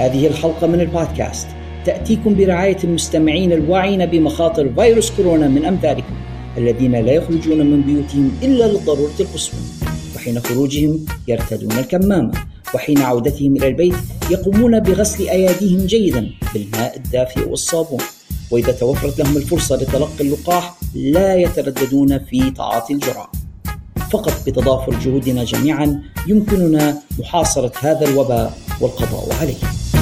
هذه الحلقة من البودكاست تأتيكم برعاية المستمعين الواعين بمخاطر فيروس كورونا من أمثالكم الذين لا يخرجون من بيوتهم إلا للضرورة القصوى، وحين خروجهم يرتدون الكمامة، وحين عودتهم إلى البيت يقومون بغسل أيديهم جيدا بالماء الدافئ والصابون، وإذا توفرت لهم الفرصة لتلقي اللقاح لا يترددون في تعاطي الجرعة. فقط بتضافر جهودنا جميعا يمكننا محاصرة هذا الوباء والقضاء عليه.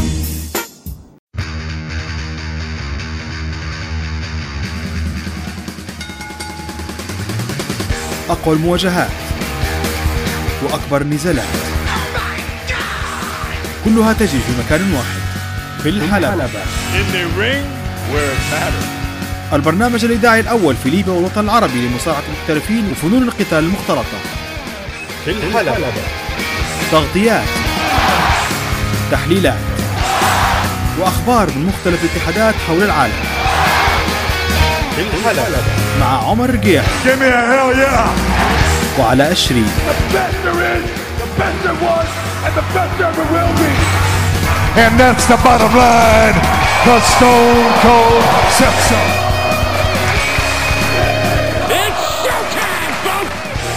أقوى المواجهات وأكبر النزالات كلها تجري في مكان واحد، في الحلبة. البرنامج الإذاعي الأول في ليبيا والوطن العربي لمصارعة المحترفين وفنون القتال المختلطة. في الحلبة تغطيات، تحليلات، وأخبار من مختلف الاتحادات حول العالم. في الحلبة مع عمر رقيح وعلى أشري. And that's the bottom line, the Stone Cold says so. It's showtime, folks!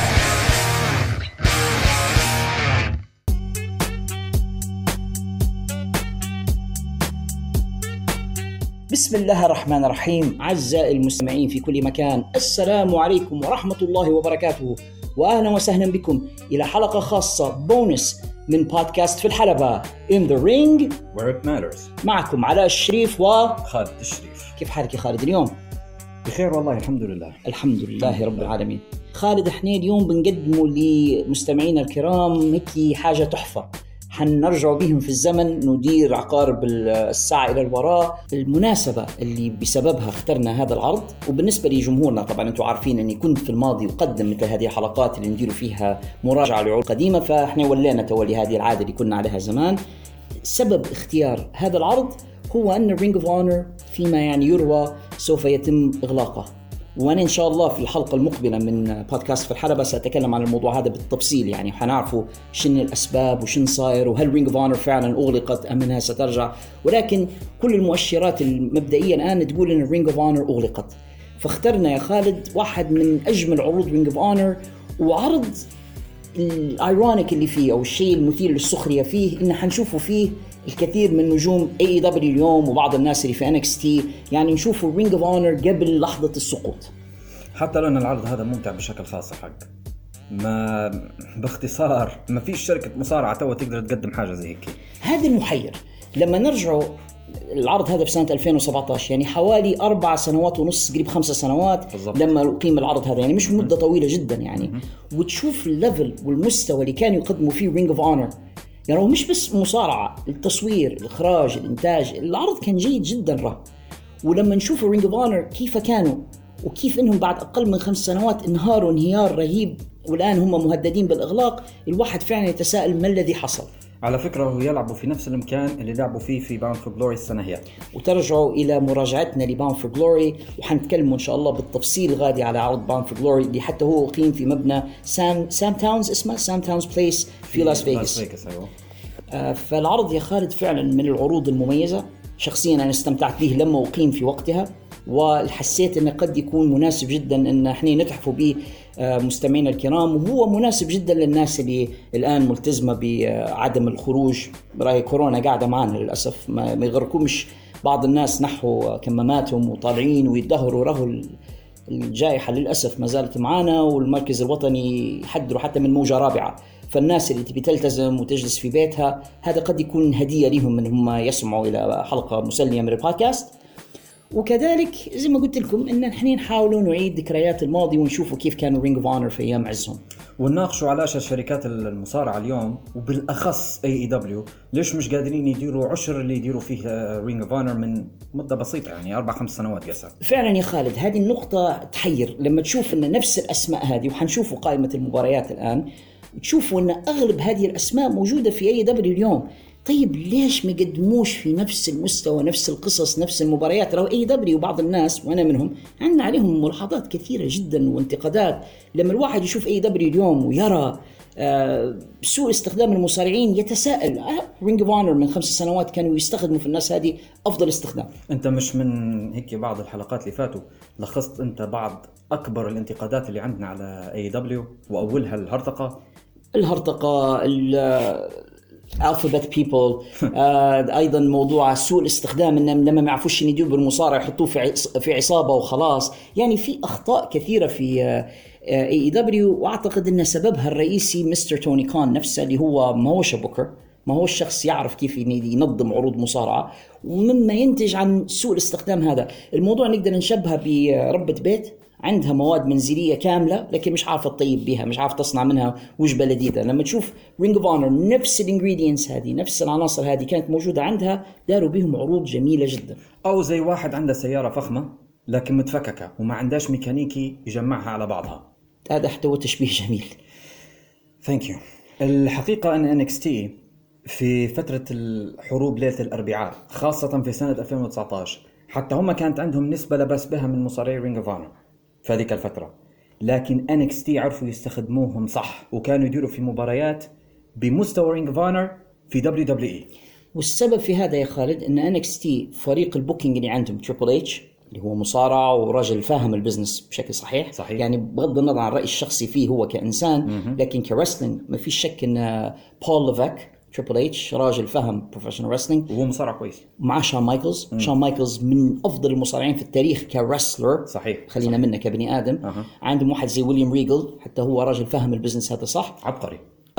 بسم الله الرحمن الرحيم. أعزائي المستمعين في كل مكان، السلام عليكم ورحمة الله وبركاته، وأهلا وسهلا بكم إلى حلقة خاصة بونس من بودكاست في الحلبة In the Ring Where it matters. معكم علاء الشريف خالد الشريف. كيف حالك يا خالد اليوم؟ بخير والله، الحمد لله. الحمد لله رب العالمين. خالد، احنا اليوم بنقدموا لمستمعينا الكرام هيك حاجة تحفة، حنرجع بهم في الزمن، ندير عقارب الساعة إلى الوراء. المناسبة اللي بسببها اخترنا هذا العرض، وبالنسبة لجمهورنا طبعا أنتم عارفين أني كنت في الماضي وقدم مثل هذه الحلقات اللي نديروا فيها مراجعة لعروض قديمة، فاحنا ولينا تولي هذه العادة اللي كنا عليها زمان. سبب اختيار هذا العرض هو أن الرينج اوف اونر فيما يعني يروى سوف يتم إغلاقه، وأنا إن شاء الله في الحلقة المقبلة من بودكاست في الحلبة سأتكلم عن الموضوع هذا بالتفصيل، يعني حنعرفوا شن الأسباب وشن صاير، وهل رينج اوف اونر فعلا أغلقت أم أنها سترجع. ولكن كل المؤشرات المبدئية الآن تقول أن الرينج اوف اونر أغلقت. فاخترنا يا خالد واحد من أجمل عروض رينج اوف اونر، وعرض الايرونيك اللي فيه أو الشيء المثير للسخرية فيه إن حنشوفوا فيه الكثير من نجوم AEW اليوم وبعض الناس اللي في NXT، يعني نشوفوا الرينج اوف اونر قبل لحظة السقوط. حتى لأن العرض هذا ممتع بشكل خاص حق ما باختصار ما فيش شركة مصارعة توا تقدر تقدم حاجة زي هيك. هذا المحير. لما نرجعوا العرض هذا في سنة 2017، يعني حوالي 4 سنوات ونص، قريب 5 سنوات بالضبط لما أقيم العرض هذا، يعني مش مدة طويلة جدا يعني. وتشوف الليفل والمستوى اللي كانوا يقدموا فيه رينج اوف اونر، يعني هو مش بس مصارعة، التصوير، الإخراج، الإنتاج، العرض كان جيد جدا ولما نشوف رينج اوف اونر كيف كانوا وكيف إنهم بعد أقل من 5 سنوات انهاروا انهيار رهيب، والآن هم مهددين بالإغلاق، الواحد فعلا يتساءل ما الذي حصل. على فكرة هو يلعبوا في نفس المكان اللي لعبوا فيه في باوند فور جلوري السنة هي. وترجعوا إلى مراجعتنا لباوند فور جلوري، وحنتكلم إن شاء الله بالتفصيل غادي على عرض باوند فور جلوري اللي حتى هو أقيم في مبنى سام تاونز، اسمه سام تاونز بليس في لاس فيغاس. أيوة. فالعرض يا خالد فعلا من العروض المميزة، شخصيا أنا استمتعت به لما أقيم في وقتها، وحسيت أنه قد يكون مناسب جدا أن احنا نتحفوا به مستمعين الكرام، وهو مناسب جدا للناس اللي الآن ملتزمة بعدم الخروج. برأي كورونا قاعدة معنا للأسف، ما يغركمش بعض الناس نحو كماماتهم وطالعين ويدهروا رهو الجائحة للأسف ما زالت معنا، والمركز الوطني يحذروا حتى من موجة رابعة. فالناس اللي تبي تلتزم وتجلس في بيتها، هذا قد يكون هدية لهم من هم يسمعوا إلى حلقة مسلية من البودكاست. وكذلك زي ما قلت لكم إن نحن نحاولوا نعيد ذكريات الماضي ونشوفوا كيف كانوا رينج اوف اونر في أيام عزهم، ونناقشوا على شركات المصارعة اليوم وبالأخص AEW ليش مش قادرين يديروا عشر اللي يديروا فيه رينج اوف اونر من مدة بسيطة، يعني 4-5 سنوات قصر. فعلا يا خالد هذه النقطة تحير لما تشوف إن نفس الأسماء هذه، وحنشوفوا قائمة المباريات الآن، تشوفوا إن أغلب هذه الأسماء موجودة في AEW اليوم. طيب ليش ما يقدموش في نفس المستوى، نفس القصص، نفس المباريات؟ لو AEW وبعض الناس وأنا منهم عندنا عليهم ملاحظات كثيرة جدا وانتقادات. لما الواحد يشوف AEW اليوم ويرى سوء استخدام المصارعين يتساءل. رينج اوف اونر من 5 سنوات كانوا يستخدموا في الناس هذه افضل استخدام. انت مش من هيك بعض الحلقات اللي فاتوا لخصت انت بعض اكبر الانتقادات اللي عندنا على AEW واولها الهرطقه alphabet people. ايضا موضوع سوء الاستخدام، ان لما ما يعرفوش يديروا بالمصارع يحطوه في عصابه وخلاص. يعني في اخطاء كثيره في AEW، واعتقد ان سببها الرئيسي مستر توني كان نفسه، اللي هو ما هوش بوكر، ما هو الشخص يعرف كيف ينظم عروض مصارعه، ومما ينتج عن سوء الاستخدام هذا. الموضوع نقدر نشبهها بربة بيت عندها مواد منزلية كاملة لكن مش عارفة تطيب بها، مش عارفة تصنع منها وجبة لذيذة. لما تشوف رينج اوف اونر نفس الانجريدينتس هذه، نفس العناصر هذه كانت موجودة عندها، داروا بهم عروض جميلة جدا. أو زي واحد عنده سيارة فخمة لكن متفككة وما عندهاش ميكانيكي يجمعها على بعضها. هذا حتى هو تشبيه جميل. Thank you. الحقيقة أن NXT في فترة الحروب ليلة الأربعاء خاصة في سنة 2019 حتى هم كانت عندهم نسبة لبس بها من مصارعي رينج اوف اونر في هذيك الفترة، لكن NXT عرفوا يستخدموهم صح وكانوا يديروا في مباريات بمستوى رينج اوف اونر في WWE. والسبب في هذا يا خالد ان NXT فريق البوكينج اللي عندهم تريبل اتش اللي هو مصارع وراجل فاهم البزنس بشكل صحيح. يعني بغض النظر عن الرأي الشخصي فيه هو كإنسان، لكن كرسلينج ما فيش شك ان بول ليفيك تريبل اتش راجل فهم بروفيشنال رسلينج وهو مصارع كويس. مع شون مايكلز. شون مايكلز من افضل المصارعين في التاريخ كرسلر. صحيح. خلينا منه كبني ادم. عندهم واحد زي ويليام ريجل حتى هو راجل فهم البزنس هذا صح، عبقري.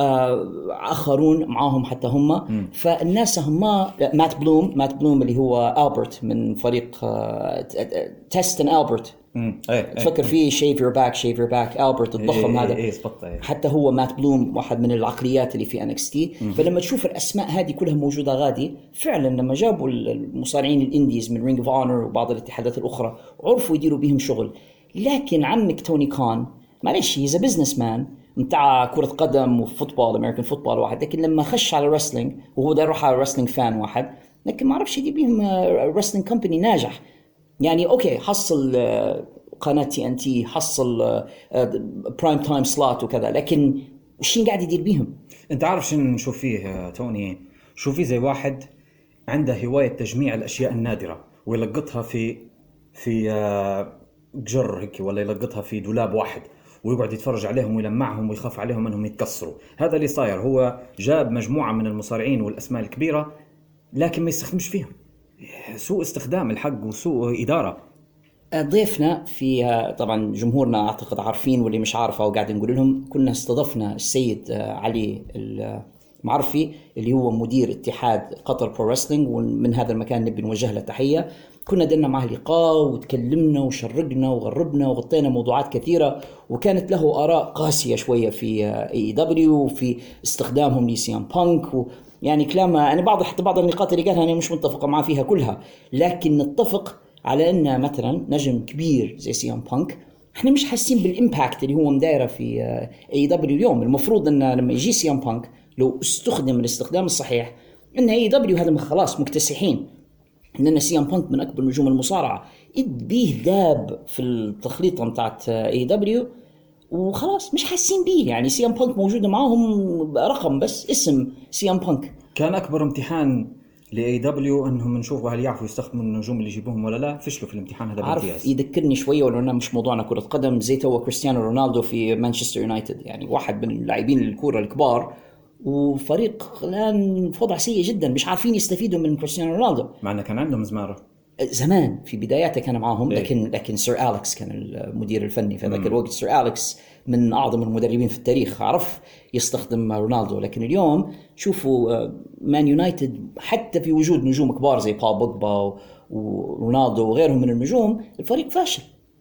آخرون معاهم حتى هم. فالناس هم مات بلوم اللي هو ألبرت من فريق تيستن ألبرت. تفكر فيه شيف يور باك ألبرت الضخم هذا. حتى هو مات بلوم واحد من العقليات اللي في NXT. فلما تشوف الأسماء هذه كلها موجودة غادي فعلا، لما جابوا المصارعين الإنديز من رينج اوف اونر وبعض الاتحادات الأخرى عرفوا يديروا بهم شغل. لكن عمك توني كان معلش هيز بزنس مان متاع كرة قدم وفوتبول أمريكان فوتبول واحد، لكن لما خش على الرسلينج وهو ده يروح على الرسلينج فان واحد، لكن ما عرفش يجيب بهم رسلينج كومباني ناجح. يعني أوكي حصل قناة TNT، حصل برايم تايم سلوت وكذا، لكن وشين قاعد يدير بهم. أنت عارف شنو نشوف فيه توني؟ شوف فيه زي واحد عنده هواية تجميع الأشياء النادرة ويلقطها في جر هيك، ولا يلقطها في دولاب واحد ويقعد يتفرج عليهم ويلمعهم ويخاف عليهم انهم يتكسروا. هذا اللي صاير. هو جاب مجموعة من المصارعين والاسماء الكبيرة لكن ما يستخدمش فيهم. سوء استخدام الحق وسوء إدارة. ضيفنا في طبعا جمهورنا اعتقد عارفين واللي مش عارفه وقاعد نقول لهم، كنا استضفنا السيد علي المعرفي اللي هو مدير اتحاد قطر برو رسلينج، ومن هذا المكان نبي نوجه له تحية. كنا درنا معه لقاء وتكلمنا وشرقنا وغربنا وغطينا موضوعات كثيرة، وكانت له آراء قاسية شوية في AEW وفي استخدامهم لسيام بانك، يعني كلام أنا حتى بعض النقاط اللي قالها أنا مش متفق معه فيها كلها، لكن نتفق على أن مثلا نجم كبير زي سيام بانك احنا مش حاسين بالإمباكت اللي هو مدايرة في AEW اليوم. المفروض أن لما يجي سيام بانك لو استخدم الاستخدام الصحيح أن AEW هذا خلاص مكتسحين، إننا سيام بانك من أكبر نجوم المصارعة، بيه داب في التخليطة متاعت AEW وخلاص مش حاسين بيه. يعني سيام بانك موجودة معاهم رقم بس اسم سيام بانك. كان أكبر امتحان لAEW أنهم نشوفوا هل يعرفوا يستخدموا النجوم اللي يجيبوهم ولا لا. فشلوا في الامتحان هذا بامتياز. يذكرني شوية ولو أنه مش موضوعنا كرة قدم، زي تو كريستيانو رونالدو في مانشستر يونايتد، يعني واحد من اللاعبين الكرة الكبار وفريق الآن في وضع سيء جدا، مش عارفين يستفيدوا من كريستيانو رونالدو. مع أنه كان عندهم زمارة زمان في بداياته كان معاهم، لكن سير أليكس كان المدير الفني في ذاك الوقت. سير أليكس من أعظم المدربين في التاريخ، عرف يستخدم رونالدو. لكن اليوم شوفوا مان يونايتد حتى في وجود نجوم كبار زي بول بوجبا ورونالدو وغيرهم من النجوم، الفريق فاشل.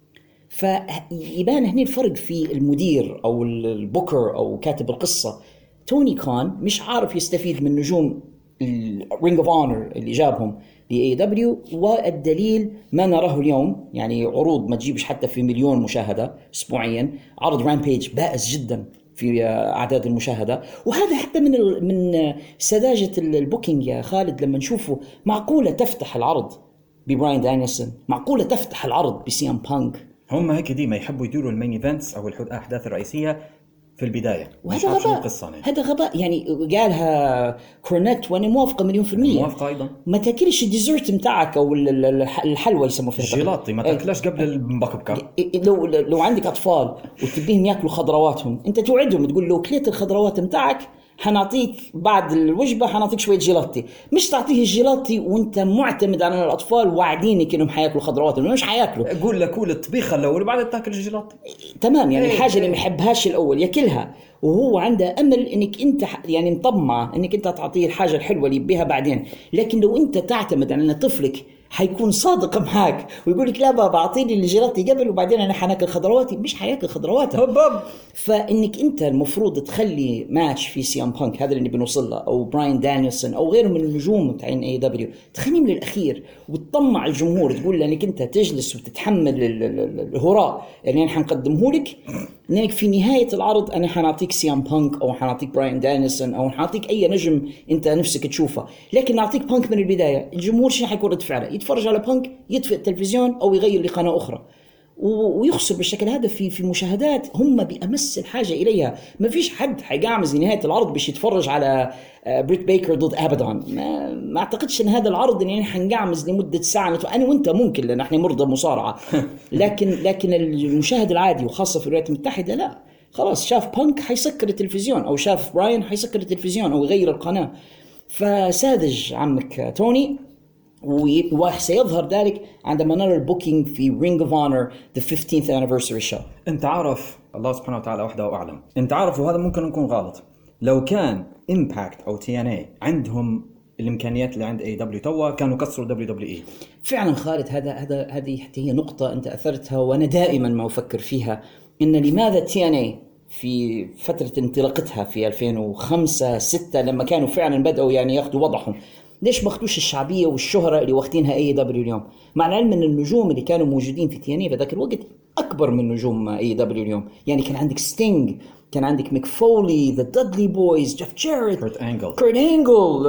فيبان هنا الفرق في المدير أو البوكر أو كاتب القصة. توني كان مش عارف يستفيد من نجوم الرينج اوف اونر اللي جابهم لAEW، والدليل ما نراه اليوم. يعني عروض ما تجيبش حتى في 1,000,000 مشاهدة اسبوعيا. عرض رامبيج بائس جدا في اعداد المشاهدة، وهذا حتى من سذاجة البوكينج يا خالد. لما نشوفه معقولة تفتح العرض ببراين دانيلسون، معقولة تفتح العرض بسيام بانك. هم هيك ديما يحبوا يديروا المين ايفنتس او الاحداث الرئيسية في البداية. وهذا غباء، هذا غباء يعني قالها كورنيت وأنا موافقة 100%. موافقة أيضا. ما تاكلش الديزرت متاعك أو الحلوى يسموه فيها الجيلاتي، ما تاكلش قبل المبكبكة. لو عندك أطفال وتبيهم يأكلوا خضرواتهم، أنت توعدهم تقول له كليت الخضروات متاعك حنعطيك بعد الوجبة حنعطيك شوية جيلاتي، مش تعطيه الجيلاتي وانت معتمد على الأطفال واعدينك انهم حياكلوا خضروات، انهم مش حياكلوا. اقول لك كل الطبيخة الأول وبعد تاكل الجيلاتي. تمام، يعني الحاجة اللي محبهاش الأول ياكلها، وهو عنده أمل انك انت يعني مطمع انك انت تعطيه الحاجة الحلوة اللي يبيها بعدين. لكن لو انت تعتمد على ان طفلك حيكون صادق معاك ويقول لك لا بابا اعطيني الجيلاتي قبل وبعدين انا حناكل خضرواتي، مش حياكل خضرواتها. فانك انت المفروض تخلي ماتش في سي ام بانك، هذا اللي بنوصل له، او براين دانيلسون او غيره من النجوم تاعين اي دبليو، تخليهم للاخير وتطمع الجمهور، تقول له انك انت تجلس وتتحمل الهراء اللي انا حنقدمه لك، انك في نهايه العرض انا حنعطيك سي ام بانك او حنعطيك براين دانيلسون او حنعطيك اي نجم انت نفسك تشوفه، لكن نعطيك بانك من البدايه. الجمهور شنو حيكون رد فعله؟ يتفرج على بانك، يطفئ التلفزيون او يغير لقناه اخرى، ويخسر بالشكل هذا في مشاهدات هم بأمس الحاجة إليها. ما فيش حد حيقعمز نهاية العرض باش يتفرج على بريت بيكر ضد أبدون. ما أعتقدش أن هذا العرض إن حنقعمز لمدة ساعة، أنا وأنت ممكن لأن إحنا مرضى مصارعة لكن المشاهد العادي وخاصة في الولايات المتحدة لا، خلاص شاف بانك حيسكر التلفزيون، أو شاف براين حيسكر التلفزيون أو يغير القناة. فساذج عمك توني، وسيظهر ذلك عندما نرى البوكينج في Ring of Honor the 15th anniversary show. انت عارف الله سبحانه وتعالى وحده وأعلم، انت عارف وهذا ممكن يكون غلط، لو كان Impact أو TNA عندهم الإمكانيات اللي عند AEW توا كانوا كسروا WWE. فعلا خالد، هذه هي نقطة أنت أثرتها وأنا دائما ما أفكر فيها، إن لماذا TNA في فترة انطلاقتها في 2005-6 لما كانوا فعلا بدأوا يعني ياخدوا وضعهم، ليش ما اخدوش الشعبية والشهرة اللي واخدينها AEW اليوم؟ مع العلم ان النجوم اللي كانوا موجودين في TNA في ذاك الوقت اكبر من نجوم AEW اليوم. يعني كان عندك ستينج، كان عندك ميك فولي، ذا دادلي بويز، جيف جاريت، كورت أنجل،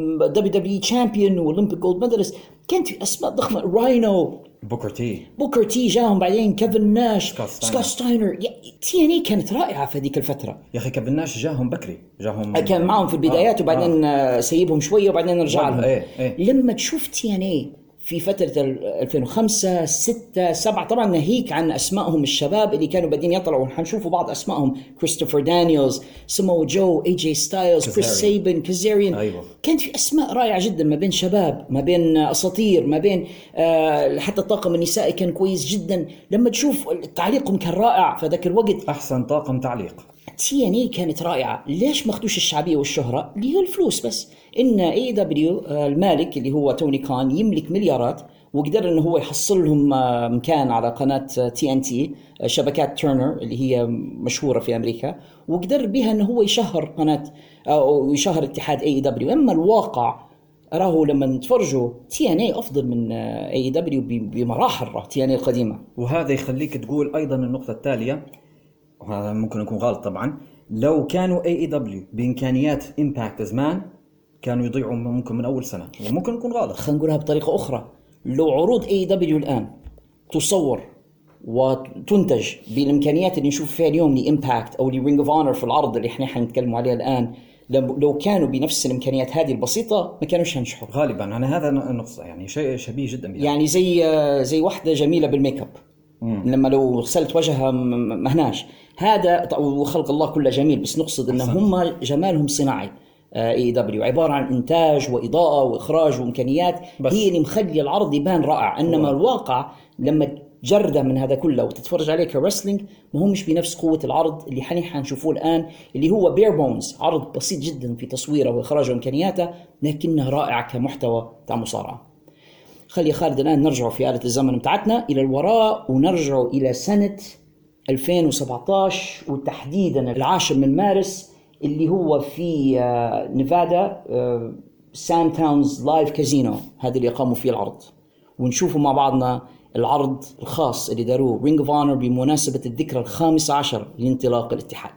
WWE تشامبيون واولمبيك جولد ميداليست، كانت في اسماء ضخمة، راينو، بوكر تي جاهم بعدين، كيفن ناش، سكوت ستاينر. TNA كانت رائعة في هذيك الفترة. يا أخي كيفن ناش جاهم بكري، كان معهم في البدايات وبعدين سيبهم شوية وبعدين رجع لهم. لما تشوف TNA في فترة 2005 6 7 طبعا ناهيك عن أسمائهم الشباب اللي كانوا بدين يطلعوا، حنشوفوا بعض أسمائهم، كريستوفر دانييلز، سمو جو، AJ ستايلز، كريس سيبن، كازاريان. أيوة. كانت في أسماء رائعة جدا ما بين شباب، ما بين أساطير، ما بين حتى الطاقم النسائي كان كويس جدا. لما تشوف تعليقهم كان رائع في ذاك الوقت، أحسن طاقم تعليق. TNA كانت رائعة. ليش ما اخدوش الشعبية والشهرة؟ اللي هو الفلوس بس. إن AEW المالك اللي هو توني كان يملك مليارات، وقدر إنه هو يحصل لهم مكان على قناة TNT، شبكات تيرنر اللي هي مشهورة في أمريكا، وقدر بها إنه هو يشهر قناة أو يشهر اتحاد AEW. أما الواقع راه لما نتفرجوا TNA أفضل من AEW بمراحل، TNA القديمة. وهذا يخليك تقول أيضا النقطة التالية، وهذا ممكن يكون غلط طبعا، لو كانوا AEW بإمكانيات Impact زمان كانوا يضيعوا ممكن من أول سنة، وممكن يكون غلط. خلينا نقولها بطريقة أخرى، لو عروض AEW الآن تصور وتنتج بالإمكانيات اللي نشوف فيها اليوم لإمباكت أو لرينج اوف اونر في العرض اللي احنا حنتكلموا عليه الآن، لو كانوا بنفس الإمكانيات هذه البسيطة ما كانوش هنشحوا غالبا. أنا هذا نقص يعني شيء شبيه جدا بها. يعني زي واحدة جميلة بالميك اب، لما لو غسلت وجهها مهناش، هذا وخلق الله كله جميل، بس نقصد ان هم جمالهم صناعي. AEW عبارة عن إنتاج وإضاءة وإخراج وإمكانيات هي اللي مخلي العرض يبان رائع. إنما الواقع لما تجرده من هذا كله وتتفرج عليه كرسلينج ما هو مش بنفس قوة العرض اللي حنشوفوه الآن، اللي هو بير بونز، عرض بسيط جدا في تصويره وإخراجه وإمكانياته، لكنه رائع كمحتوى تاع مصارعة. خلي خالد الآن نرجع في آلة الزمن متاعتنا إلى الوراء، ونرجع إلى سنة 2017 وتحديدا 10 من مارس، اللي هو في نيفادا، سان تاونز لايف كازينو، هذا اللي قاموا فيه العرض. ونشوفوا مع بعضنا العرض الخاص اللي داروه رينج اوف اونر بمناسبة الذكرى 15 لانطلاق الاتحاد.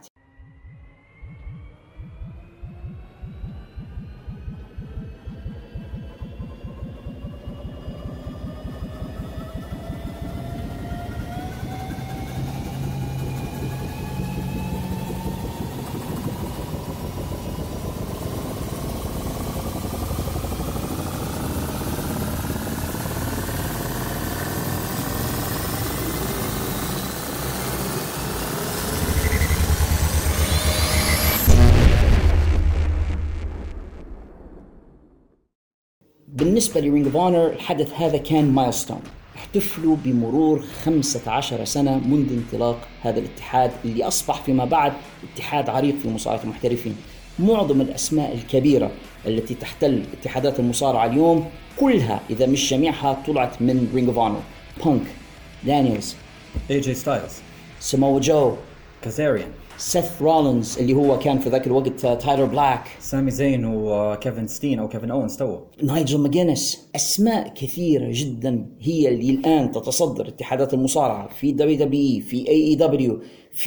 بالنسبة لرينج اوف اونر الحدث هذا كان مايلستون. احتفلوا بمرور 15 سنة منذ انطلاق هذا الاتحاد اللي أصبح فيما بعد اتحاد عريق في مصارعة المحترفين. معظم الأسماء الكبيرة التي تحتل اتحادات المصارعة اليوم كلها إذا مش جميعها طلعت من رينج اوف اونر. بانك، دانييلز، AJ ستايلز، سامو جو، كازاريان، سيث رولينز اللي هو كان في ذاك الوقت تايلر بلاك، سامي زين وكيفن ستين أو كيفن أوينز تو، نايجل ماجينيس. أسماء كثيرة جدا هي اللي الآن تتصدر اتحادات المصارعة في WWE، في AEW،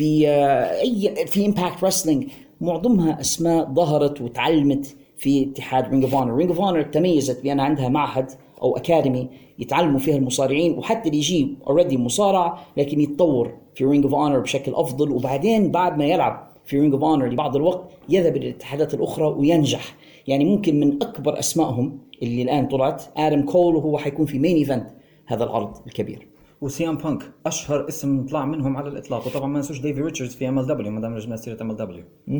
في Impact Wrestling. معظمها أسماء ظهرت وتعلمت في اتحاد رينج اوف اونر. رينج اوف اونر تميزت بأن عندها معهد أو أكاديمي يتعلموا فيها المصارعين، وحتى اللي يجي already مصارع لكن يتطور في رينج اوف اونر بشكل أفضل، وبعدين بعد ما يلعب في رينج اوف اونر لبعض الوقت يذهب إلى الاتحادات الأخرى وينجح. يعني ممكن من أكبر أسمائهم اللي الآن طلعت آدم كول، وهو حيكون في مين إيفنت هذا العرض الكبير. وسيام بانك أشهر اسم طلع منهم على الإطلاق. وطبعا ما ننسوش ديفي ريتشاردز في MLW ما دام رجعنا سيرة MLW.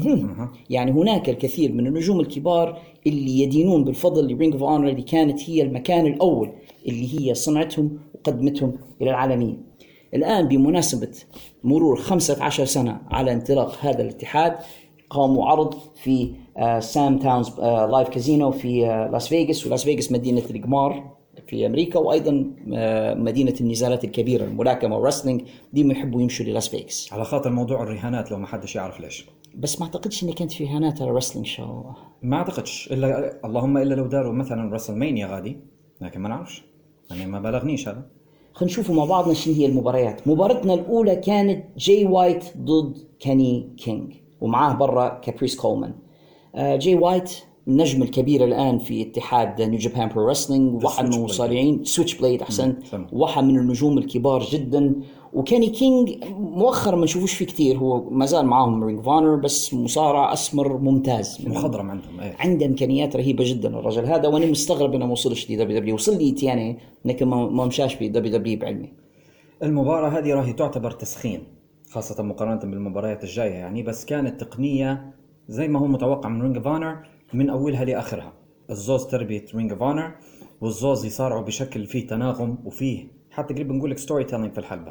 يعني هناك الكثير من النجوم الكبار اللي يدينون بالفضل لرينج اوف اونر اللي كانت هي المكان الأول اللي هي صنعتهم وقدمتهم إلى العالمية. الآن بمناسبة مرور 15 سنة على انطلاق هذا الاتحاد قاموا عرض في سام تاونز لايف كازينو في لاس فيغاس. ولاس فيغاس مدينة القمار في أمريكا، وأيضا مدينة النزالات الكبيرة، الملاكمة والرسلينج دي ما يحبوا يمشوا للاس فيغاس على خاطر موضوع الرهانات، لو ما حدش يعرف ليش. بس ما أعتقدش إن كانت في رهانات على الرسلينج شو. ما أعتقدش إلا اللهم إلا لو داروا مثلا راسل مانيا غادي، لكن ما نعرفش يعني ما بلغنيش هذا. خلينا نشوفوا مع بعضنا شنو هي المباريات. مباراتنا الأولى كانت جاي وايت ضد كيني كينج، ومعاه برا كابريس كولمان. جاي وايت النجم الكبير الآن في اتحاد نيو جابان برو رسلينج، واحد من المصارعين سويتش بليد أحسن، واحد من النجوم الكبار جدا. وكيني كينج مؤخرا ما نشوفوش فيه كتير، هو ما زال معاهم رينج اوف اونر بس مصارع أسمر ممتاز، مخضرم عندهم عنده إمكانيات رهيبة جدا الرجل هذا. وأنا مستغرب إنه ما وصلش لي دبليو. وصل لي يعني لكن ما مشاش في دبليو بعلمي. المباراة هذه راهي تعتبر تسخين خاصة مقارنة بالمباريات الجاية يعني، بس كانت تقنية زي ما هو متوقع من رينج اوف اونر من أولها لآخرها. الزوز تربية رينج اوف اونر، والزوز يصارعوا بشكل فيه تناغم وفيه حتى قريب نقول لك ستوري تيلينج في الحلبة.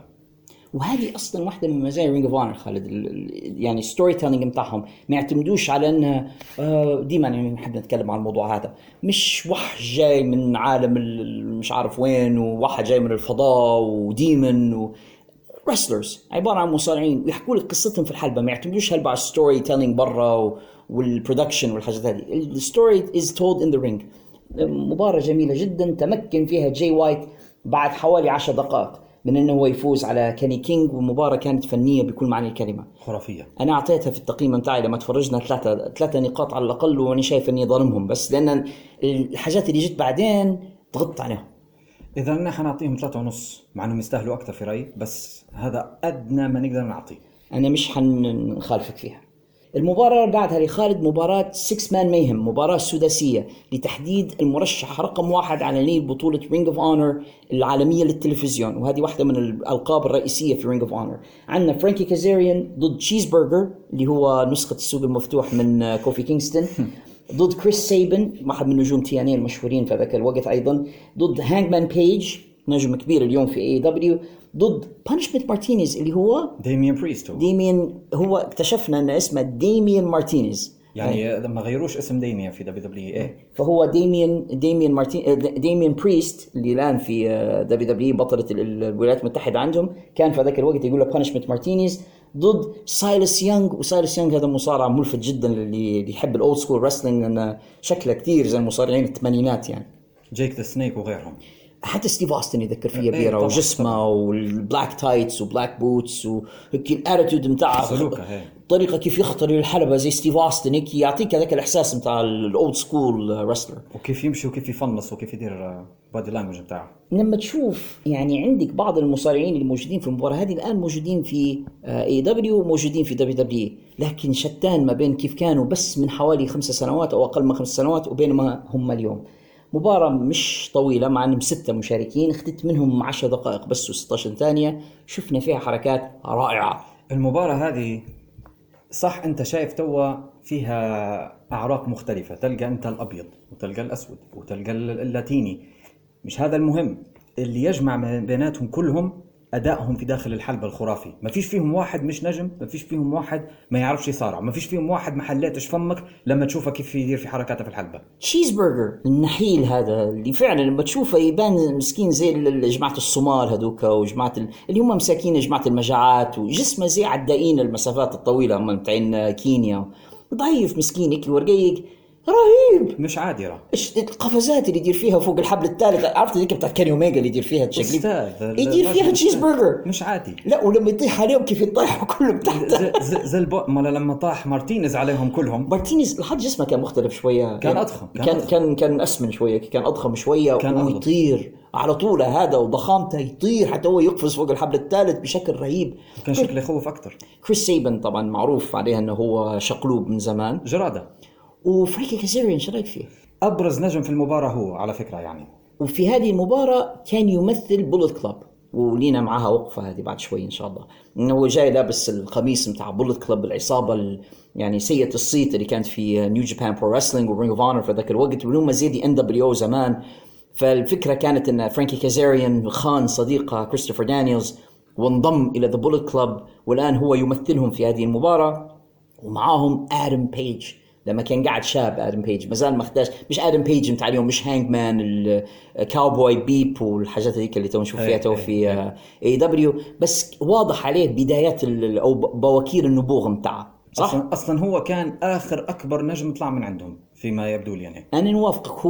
وهذه اصلا واحده من مزايا رينج اوف اونر خالد، يعني ستوري تيلينج بتاعهم ما يعتمدوش على انها ديما يعني نحب نتكلم عن الموضوع هذا، مش واحد جاي من عالم مش عارف وين وواحد جاي من الفضاء وديمن رسلرز، عباره عن مصارعين ويحكوا لك قصتهم في الحلبه. ما يعتمدوش هل بعد ستوري تيلينج برا والبرودكشن والحاجات هذه. الستوري از تولد ان ذا رينج. مباراه جميله جدا تمكن فيها جاي وايت بعد حوالي 10 دقائق من انه هو يفوز على كيني كينج، والمباراه كانت فنيه بكل معنى الكلمه، خرافيه. انا اعطيتها في التقييم متاعي لما تفرجنا 3 نقاط على الاقل، وانا شايف اني ظالمهم بس لان الحاجات اللي جت بعدين ضغطت عليهم. اذا نحن نعطيهم 3.5 مع انهم يستاهلوا اكثر في رايي، بس هذا ادنى ما نقدر نعطيه. انا مش حنخالفك فيها. المباراة بعدها لخالد مباراة 6 مان ميهم، مباراة سداسية لتحديد المرشح رقم 1 على نيل بطولة رينج اوف اونر العالمية للتلفزيون، وهذه واحدة من الألقاب الرئيسية في رينج اوف اونر. عندنا فرانكي كازاريان ضد تشيز برجر اللي هو نسخة السوق المفتوح من كوفي كينغستون، ضد كريس سيبن واحد من نجوم TNA المشهورين في ذاك الوقت أيضا، ضد هانجمان بيج نجم كبير اليوم في AEW، ضد بانشمنت مارتينيز اللي هو ديميان بريست. هو اكتشفنا ان اسمه ديميان مارتينيز، يعني لما غيروش اسم ديميان في WWE فهو ديميان بريست اللي الان في WWE بطلة الولايات المتحدة عندهم، كان في ذاك الوقت يقول له بانشمنت مارتينيز، ضد سايلس يونغ. وسايلس يونغ هذا مصارع ملفت جدا اللي يحب الاولد سكول رسلينج لانه شكله كثير زي المصارعين الثمانينات يعني، جيك ذا سنيك وغيرهم. حتى ستيف أوستن يذكر فيه بيرة وجسمه والبلاك تايتس وبلاك بوتس وهيك الاتيتود متاعه، طريقة كيف يخطر الحلبة زي ستيف أوستن، هيك يعطيك هذاك الإحساس متاع الأولد سكول رسلر، وكيف يمشي وكيف يفنص وكيف يدير بادي لانجوج بتاعه. لما تشوف يعني عندك بعض المصارعين اللي موجودين في المباراة هذه الآن موجودين في AEW وموجودين في WWE، لكن شتان ما بين كيف كانوا بس من حوالي 5 سنوات أو أقل من 5 سنوات وبينما هم اليوم. مباراة مش طويلة مع أنهم 6 مشاركين، اختت منهم 10 دقائق بس و16 ثانية، شفنا فيها حركات رائعة. المباراة هذه صح أنت شايف توا فيها أعراق مختلفة، تلقى أنت الأبيض وتلقى الأسود وتلقى اللاتيني. مش هذا المهم، اللي يجمع بيناتهم كلهم أدائهم في داخل الحلبة الخرافي. ما فيش فيهم واحد مش نجم، ما فيش فيهم واحد ما يعرفش يصارع، ما فيش فيهم واحد ما حليتش فمك لما تشوفه كيف يدير في حركاته في الحلبة. تشيز برجر النحيل هذا اللي فعلا لما تشوفه يبان مسكين زي جماعة الصومال هذوك، وجماعة اللي هم مساكين جماعة المجاعات، وجسمه زي عدائين المسافات الطويلة هم متاعين كينيا، ضعيف مسكين هيك ورقيق رهيب مش عادي. ايش القفزات اللي يدير فيها فوق الحبل الثالث، عرفت ذيك بتاعت كاني اوميجا اللي يدير فيها التشكيل، يدير فيها تشيز برجر مش عادي. لا ولما يطيح عليهم كيف يطيحوا كلهم تحت زي ما لما طاح مارتينيز عليهم كلهم. مارتينيز لحد جسمه كان مختلف شويه، كان اضخم، كان اسمن شويه، كان اضخم شويه، ويطير على طوله هذا وضخامته، يطير حتى هو يقفز فوق الحبل الثالث بشكل رهيب، كان شكله يخوف اكثر. كريس سيبن طبعا معروف عليه انه هو شقلوب من زمان، جراده. وفرانكي كازاريان شو رايك فيه؟ ابرز نجم في المباراه هو على فكره يعني. وفي هذه المباراه كان يمثل بولت كلاب، ولينا معها وقفه هذه بعد شوي ان شاء الله، انه هو جاي لابس القميص متاع بولت كلاب، العصابه يعني سيئه الصيت اللي كانت في نيو جابان برو رسلينج ورينج اوف اونر في ذاك الوقت، وهم زي دي NWO زمان. فالفكره كانت ان فرانكي كازاريان خان صديقه كريستوفر دانييلز وانضم الى ذا بولت كلاب، والان هو يمثلهم في هذه المباراه، ومعاهم آدم بيج لما كان قاعد شاب. آدم بيج مازال ما خداش، مش آدم بيج متاع اليوم، مش هانج مان الكاوبوي بيب والحاجات هذيك اللي تو نشوف فيها تو في AEW، بس واضح عليه بدايات او بواكير النبوغ متاعه. صح؟ اصلا هو كان اخر اكبر نجم طلع من عندهم فيما يبدو لي يعني. انا نوافقك،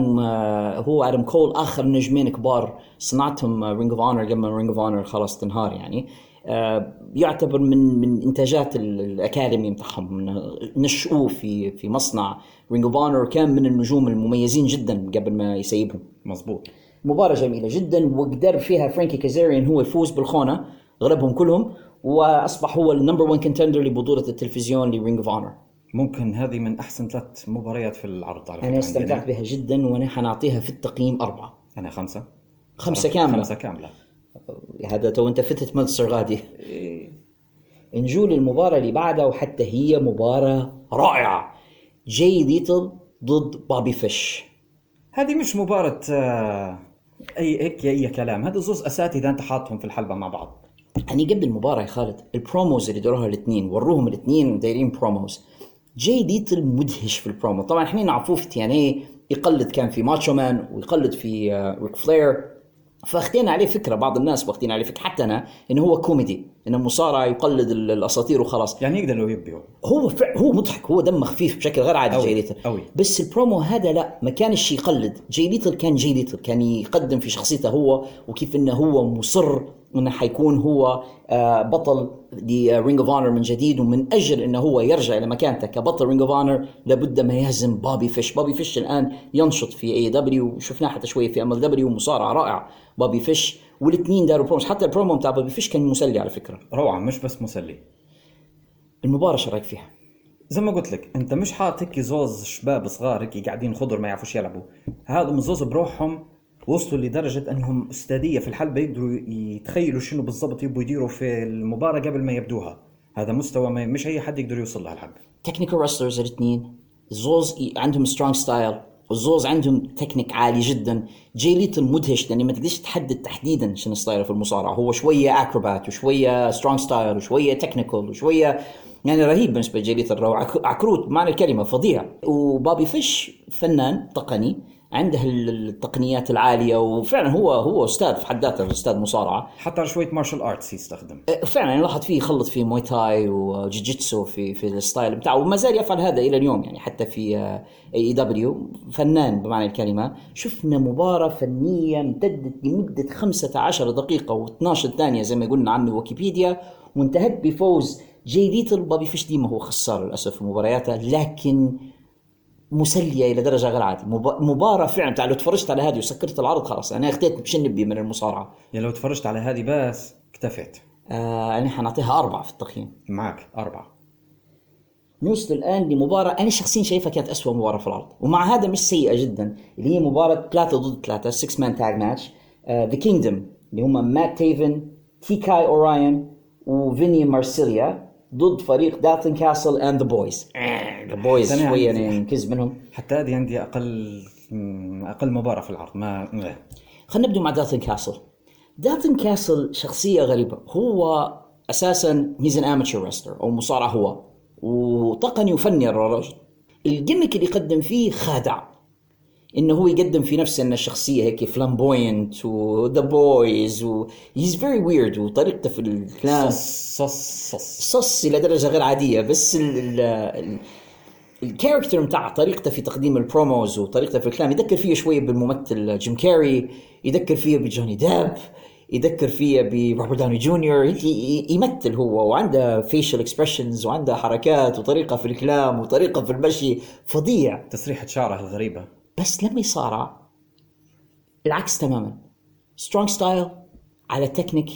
هو وآدم كول اخر نجمين كبار صنعتهم رينج اوف اونر قبل ما رينج اوف اونر خلاص تنهار يعني. يعتبر من انتاجات الاكاديمي متاعهم، نشأوه في مصنع رينج اوف اونر، كان من النجوم المميزين جدا قبل ما يسيبهم. مزبوط. مباراة جميلة جدا، وقدر فيها فرانكي كازاريان هو يفوز بالخونة، غلبهم كلهم، واصبح هو النمبر 1 كونتندر لبطولة التلفزيون لرينج اوف اونر. ممكن هذه من احسن 3 مباريات في العرض على فكرة. انا استمتعت بها جدا، وانا حنعطيها في التقييم 4. انا 5 كاملة. 5 كاملة. هذا تو انت فتت ملتسر غادي. نجو للمباراة اللي بعدها، وحتى هي مباراة رائعة، جاي ليتل ضد بابي فيش. هذه مش مباراة اي كلام، هذا زوز اساتذة انت حاطهم في الحلبة مع بعض. يعني قبل المباراة يا خالد البروموز اللي داروها الاثنين، وروهم الاثنين دايرين بروموز، جاي ليتل مدهش في البرومو. طبعا احنا نعرفوه في تياني يقلد، كان في ماتشو مان ويقلد في ريك فلير، فاخدين عليه فكرة، بعض الناس واخدين عليه فكرة حتى أنا، إنه هو كوميدي، إنه مصارع يقلد الأساطير وخلاص. يعني يقدروا يبيعوا. هو مضحك، هو دم خفيف بشكل غير عادي جاي ليتل. بس البرومو هذا لا، ما كانش يقلد جاي ليتل، كان جاي ليتل كان يقدم في شخصيته هو، وكيف إنه هو مصر إنه حيكون هو بطل لرينج اوف اونر من جديد، ومن أجل إنه هو يرجع إلى مكانته كبطل رينج اوف اونر لابد ما يهزم بابي فيش. بابي فيش الآن ينشط في AEW، وشفناه حتى شوية في MLW، مصارع رائع بابي فيش، والاثنين داروا بروموس. حتى البرومو بتاع بابي فيش كان مسلي على فكرة، روعة مش بس مسلي. المباراة شو رايك فيها؟ زي ما قلت لك، انت مش حاط هيك زوز شباب صغار هيك قاعدين خضر ما يعرفوش يلعبوا، هذا من زوز بروحهم وصلوا لدرجة أنهم أستاذية في الحلبة، يقدروا يتخيلوا شنو بالضبط يبوا يديروا في المباراة قبل ما يبدوها. هذا مستوى مش أي حد يقدر يوصل له الحلبة. تكنيكال رسلرز الاثنين، الزوز عندهم سترونج ستايل، والزوز عندهم تكنيك عالي جدا. جاي ليتل مدهش، لأن ما تقدرش تحدد تحديدا شنو ستايله في المصارعة، هو شوية أكروبات وشوية سترونج ستايل وشوية تكنيكال وشوية يعني رهيب بالنسبة لجاي ليتل، عكروت معنى الكلمة، فظيع. وبابي فيش فنان تقني، عنده التقنيات العالية، وفعلا هو أستاذ في حد ذاته، أستاذ مصارعة، حتى شوية مارشال آرتس يستخدم فعلا. يعني لاحظ فيه يخلط في موي تاي وجيجيتسو في الستايل بتاعه، وما زال يفعل هذا إلى اليوم يعني. حتى في AEW فنان بمعنى الكلمة. شفنا مباراة فنية امتدت لمدة 15 دقيقة و12 ثانية زي ما يقولنا عمي ويكيبيديا، وانتهت بفوز جاي ليتل. بابي فيش ديما هو خسار للأسف في مبارياته، لكن مسلية إلى درجة غير عادية. مباراة فعلا. تعالوا تفرجت على هذه وسكرت العرض خلاص، أنا اختيت بشنبي من المصارعة. يعني لو تفرجت على هذه بس اكتفيت. أنا حنعطيها 4 في التقييم. معك 4. نوصل الآن لمباراة أنا شخصيا شايفها كانت أسوأ مباراة في العرض، ومع هذا مش سيئة جدا، اللي هي مباراة 3 ضد 3 6 man tag match. The Kingdom اللي هم مات تيفن، تيكاي أوراين، وفيني مارسيليا ضد فريق دالتون كاسل اند ذا بويز. ذا بويز شويه يعني نكز منهم. حتى هذه عندي اقل مباراه في العرض. ما خلينا نبدأ مع دالتون كاسل. دالتون كاسل شخصيه غريبه. هو اساسا هيز ان اماتشر رستلر او مصارع هو، وتقني وفني الرجل. الجيمك اللي يقدم فيه خادع، انه هو يقدم في نفسه ان الشخصيه هيك فلامبوينت وذا بويز هيز فيري ويرد، وطريقته في الكلام صص الى درجه غير عاديه. بس الكاركتر متاع طريقته في تقديم البروموز وطريقته في الكلام يذكر فيه شويه بالممثل جيم كاري، يذكر فيه بجوني ديب، يذكر فيه بروبرت داوني جونيور. يمثل هو، وعنده فيشل اكسبريشنز، وعنده حركات وطريقه في الكلام وطريقه في المشي فظيع، تسريحه شعره غريبه. بس لما يصارع العكس تماما. سترونج ستايل على تكنيك.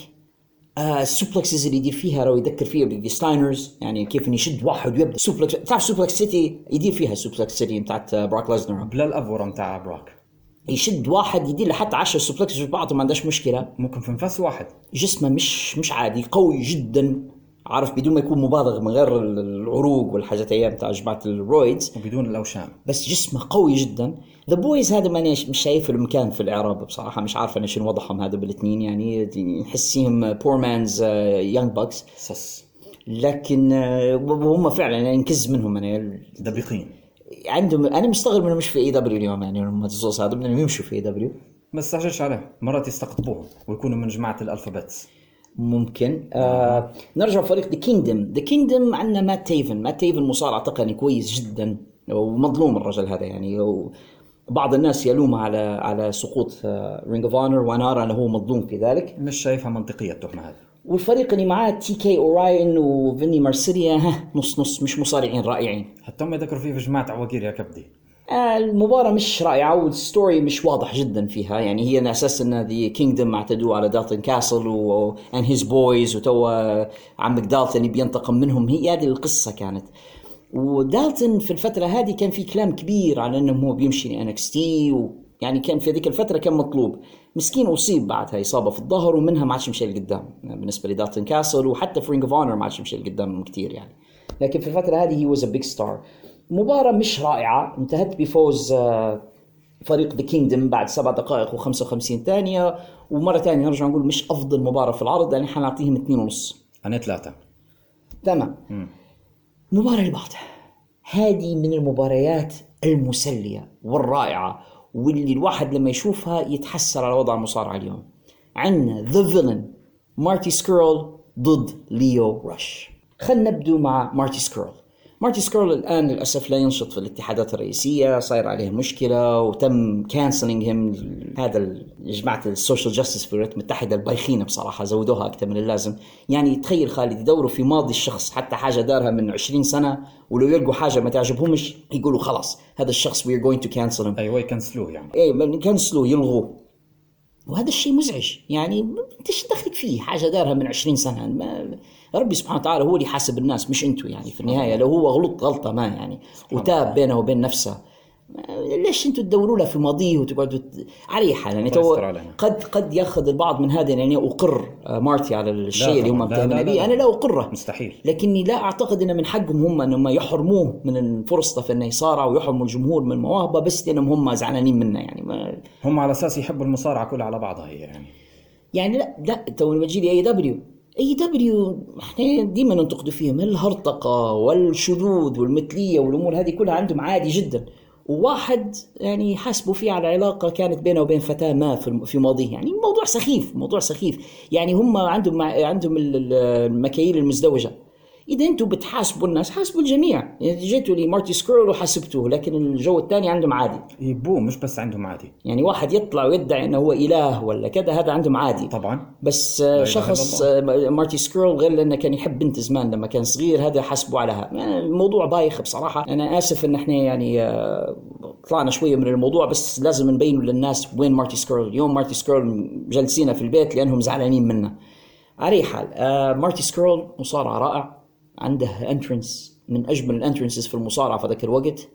السوبلكسز اللي يدير فيها لو يذكر فيها بالستاينرز، يعني كيف انه يشد واحد ويبدا سوبلكس. تعرف سوبلكس سيتي يدير فيها سوبلكس سيتي بتاعت براك ليزنر بلا الافوره بتاع براك، يشد واحد يدير لحتى 10 سوبلكسز في بعض، ما عندهاش مشكله. ممكن في نفس واحد. جسمه مش عادي، قوي جدا، عارف، بدون ما يكون مبالغ، من غير العروق والحاجات ايام تاع جماعه الرويدز، وبدون الاوشام، بس جسمه قوي جدا. ذا بويز هذا ما مش شايف المكان في الاعراب بصراحه، مش عارف انا شنو وضعهم هذا بالاثنين، يعني نحسيهم بور مانز يانج باكس صص، لكن هم فعلا يعني نكز منهم انا دبيقين عندهم. انا مستغرب انهم مش في اي دبليو اليوم، يعني لما تزوز هذا بدهم يمشوا في اي دبليو، بس تحجرش عليه، مرات يستقطبوهم ويكونوا من جماعه الالفابتس ممكن. نرجع فريق ذا كينجدم. عندنا مات تيفن مصارع تقني كويس جدا، ومظلوم الرجل هذا يعني. بعض الناس يلومه على سقوط رينج اوف اونر، وانا ارى انه هو مظلوم في ذلك، مش شايفها منطقيه التهمه هذه. والفريق اللي معاه تي كي اوراين وفيني مارسيليا نص مش مصارعين رائعين، حتى هم يذكروا فيه في جماعه عواقير يا كبدي. المباراة مش رائعة، والستوري مش واضح جدا فيها، يعني هي أساس إن ذي كينجدم اعتدوا على دالتون كاسل and his boys، وتوا عمك دالتون بينتقم منهم. هي هذه القصة كانت. ودالتون في الفترة هذه كان في كلام كبير على إنه هو بيمشي NXT، يعني كان في ذيك الفترة كان مطلوب. مسكين أصيب بعدها إصابة في الظهر، ومنها ما عادش مشي لقدام بالنسبة لدالتون كاسل، وحتى في رينج اوف اونر ما عادش مشي لقدام كتير يعني. لكن في الفترة هذه he was a big star. مباراة مش رائعة، انتهت بفوز فريق ذا كينجدم بعد 7 دقائق و55 ثانية. ومرة ثانية نرجع نقول مش أفضل مباراة في العرض، يعني حنعطيهم 2.5. أنا 3. تمام. مباراة اللي بعدها هذه من المباريات المسلية والرائعة، واللي الواحد لما يشوفها يتحسر على وضع المصارعة اليوم. عندنا ذا فيلن مارتي سكيرل ضد ليو رش. خلينا نبدو مع مارتي سكيرل الآن للأسف لا ينشط في الاتحادات الرئيسية، صاير عليه مشكلة وتم كانسلينج هم. هذا جماعة السوشيال جاستس في الولايات المتحدة البايخين بصراحة، زودوها أكثر من اللازم. يعني تخيل خالد، يدوروا في ماضي الشخص، حتى حاجة دارها من 20 سنة، ولو يلقوا حاجة ما تعجبهمش يقولوا خلاص هذا الشخص we're going to cancel him. أيوة يكنسلوه، يعني يكنسلوه، يلغوه. وهذا الشيء مزعج، يعني انت ايش دخلك فيه؟ حاجه دارها من 20 سنه. ربي سبحانه وتعالى هو اللي حاسب الناس مش انتوا، يعني في النهايه لو هو غلطه ما يعني وتاب بينه وبين نفسه، ليش انتوا تدوروا له في ماضيه وتقعدوا عليه حال؟ يعني قد ياخذ البعض من هذا، يعني اقر مارتي على الشيء اللي هم متهمين به، انا لا اقره مستحيل، لكني لا اعتقد ان من حقهم هم انهم يحرموه من فرصته في انه يصارع، ويحرموا الجمهور من مواهبه بس لانهم هم زعلانين منه. يعني هم على اساس يحبوا المصارعه كلها على بعضها هي، يعني لا تو لما تجي لي اي دبليو احنا ديما ننتقد فيهم الهرطقه والشذوذ والمثليه والامور هذه كلها عندهم عادي جدا. وواحد يعني يحاسبوا فيه على علاقة كانت بينه وبين فتاة ما في ماضيه، يعني موضوع سخيف. يعني هم عندهم المكاييل المزدوجة. إذا أنتوا بتحاسبوا الناس حاسبوا الجميع. يعني جيتوا لي مارتي سكيرل وحاسبتوه، لكن الجو الثاني عندهم عادي. يبوه مش بس عندهم عادي، يعني واحد يطلع ويدعي أنه هو إله ولا كذا، هذا عندهم عادي طبعا. بس شخص مارتي سكيرل غير لأنه كان يحب بنت زمان لما كان صغير، هذا حاسبوا عليها. يعني الموضوع بايخ بصراحة. أنا آسف إن إحنا يعني طلعنا شوية من الموضوع، بس لازم نبينه للناس وين مارتي سكيرل. اليوم مارتي سكيرل جلسينا في البيت لأنهم زعلانين منه. على أي حال مارتي سكيرل مصارع رائع، عنده انترنس من اجمل الانترنسز في المصارعه في ذاك الوقت.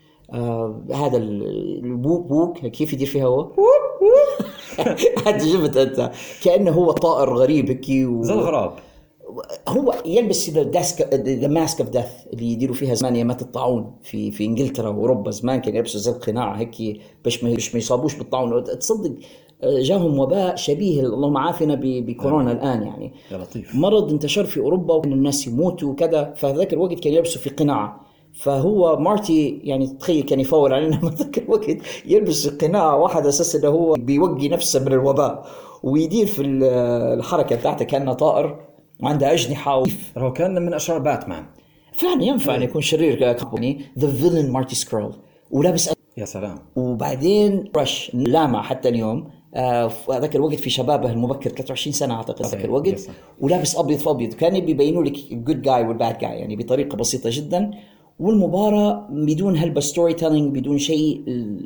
هذا البوك كيف يدير فيها هو حتى جبت انت كانه هو طائر غريب هيك زي الغراب، هو يلبس ذا ماسك اوف ديث اللي يديروا فيها زمان ايامات الطاعون في انجلترا واوروبا. زمان كان يلبسوا زي القناع هيك باش ما يصابوش بالطاعون. تصدق جاهم وباء شبيه اللهم عافنا بكورونا الان يعني. يا لطيف. مرض انتشر في اوروبا وكان الناس يموتوا وكذا، فذاك الوقت كان يلبسوا في قناع. فهو مارتي يعني تخيل كان يفور علينا من ذاك الوقت يلبس قناع واحد اساس انه هو بيوقي نفسه من الوباء ويدير في الحركه بتاعته كانه طائر وعنده اجنحه هو كان من اشرار باتمان فعلا. ينفع أن يكون شرير يعني ذا فيلن مارتي سكرول ولابس يا سلام. وبعدين رش لامع حتى اليوم ذاك الوقت في شبابه المبكر 23 سنه اعتقد ذاك الوقت ولابس ابيض فابيض. كان بيبينوا لك الجود جاي والباد جاي يعني بطريقه بسيطه جدا. والمباراه بدون هلبة ستوري تيلينج، بدون شيء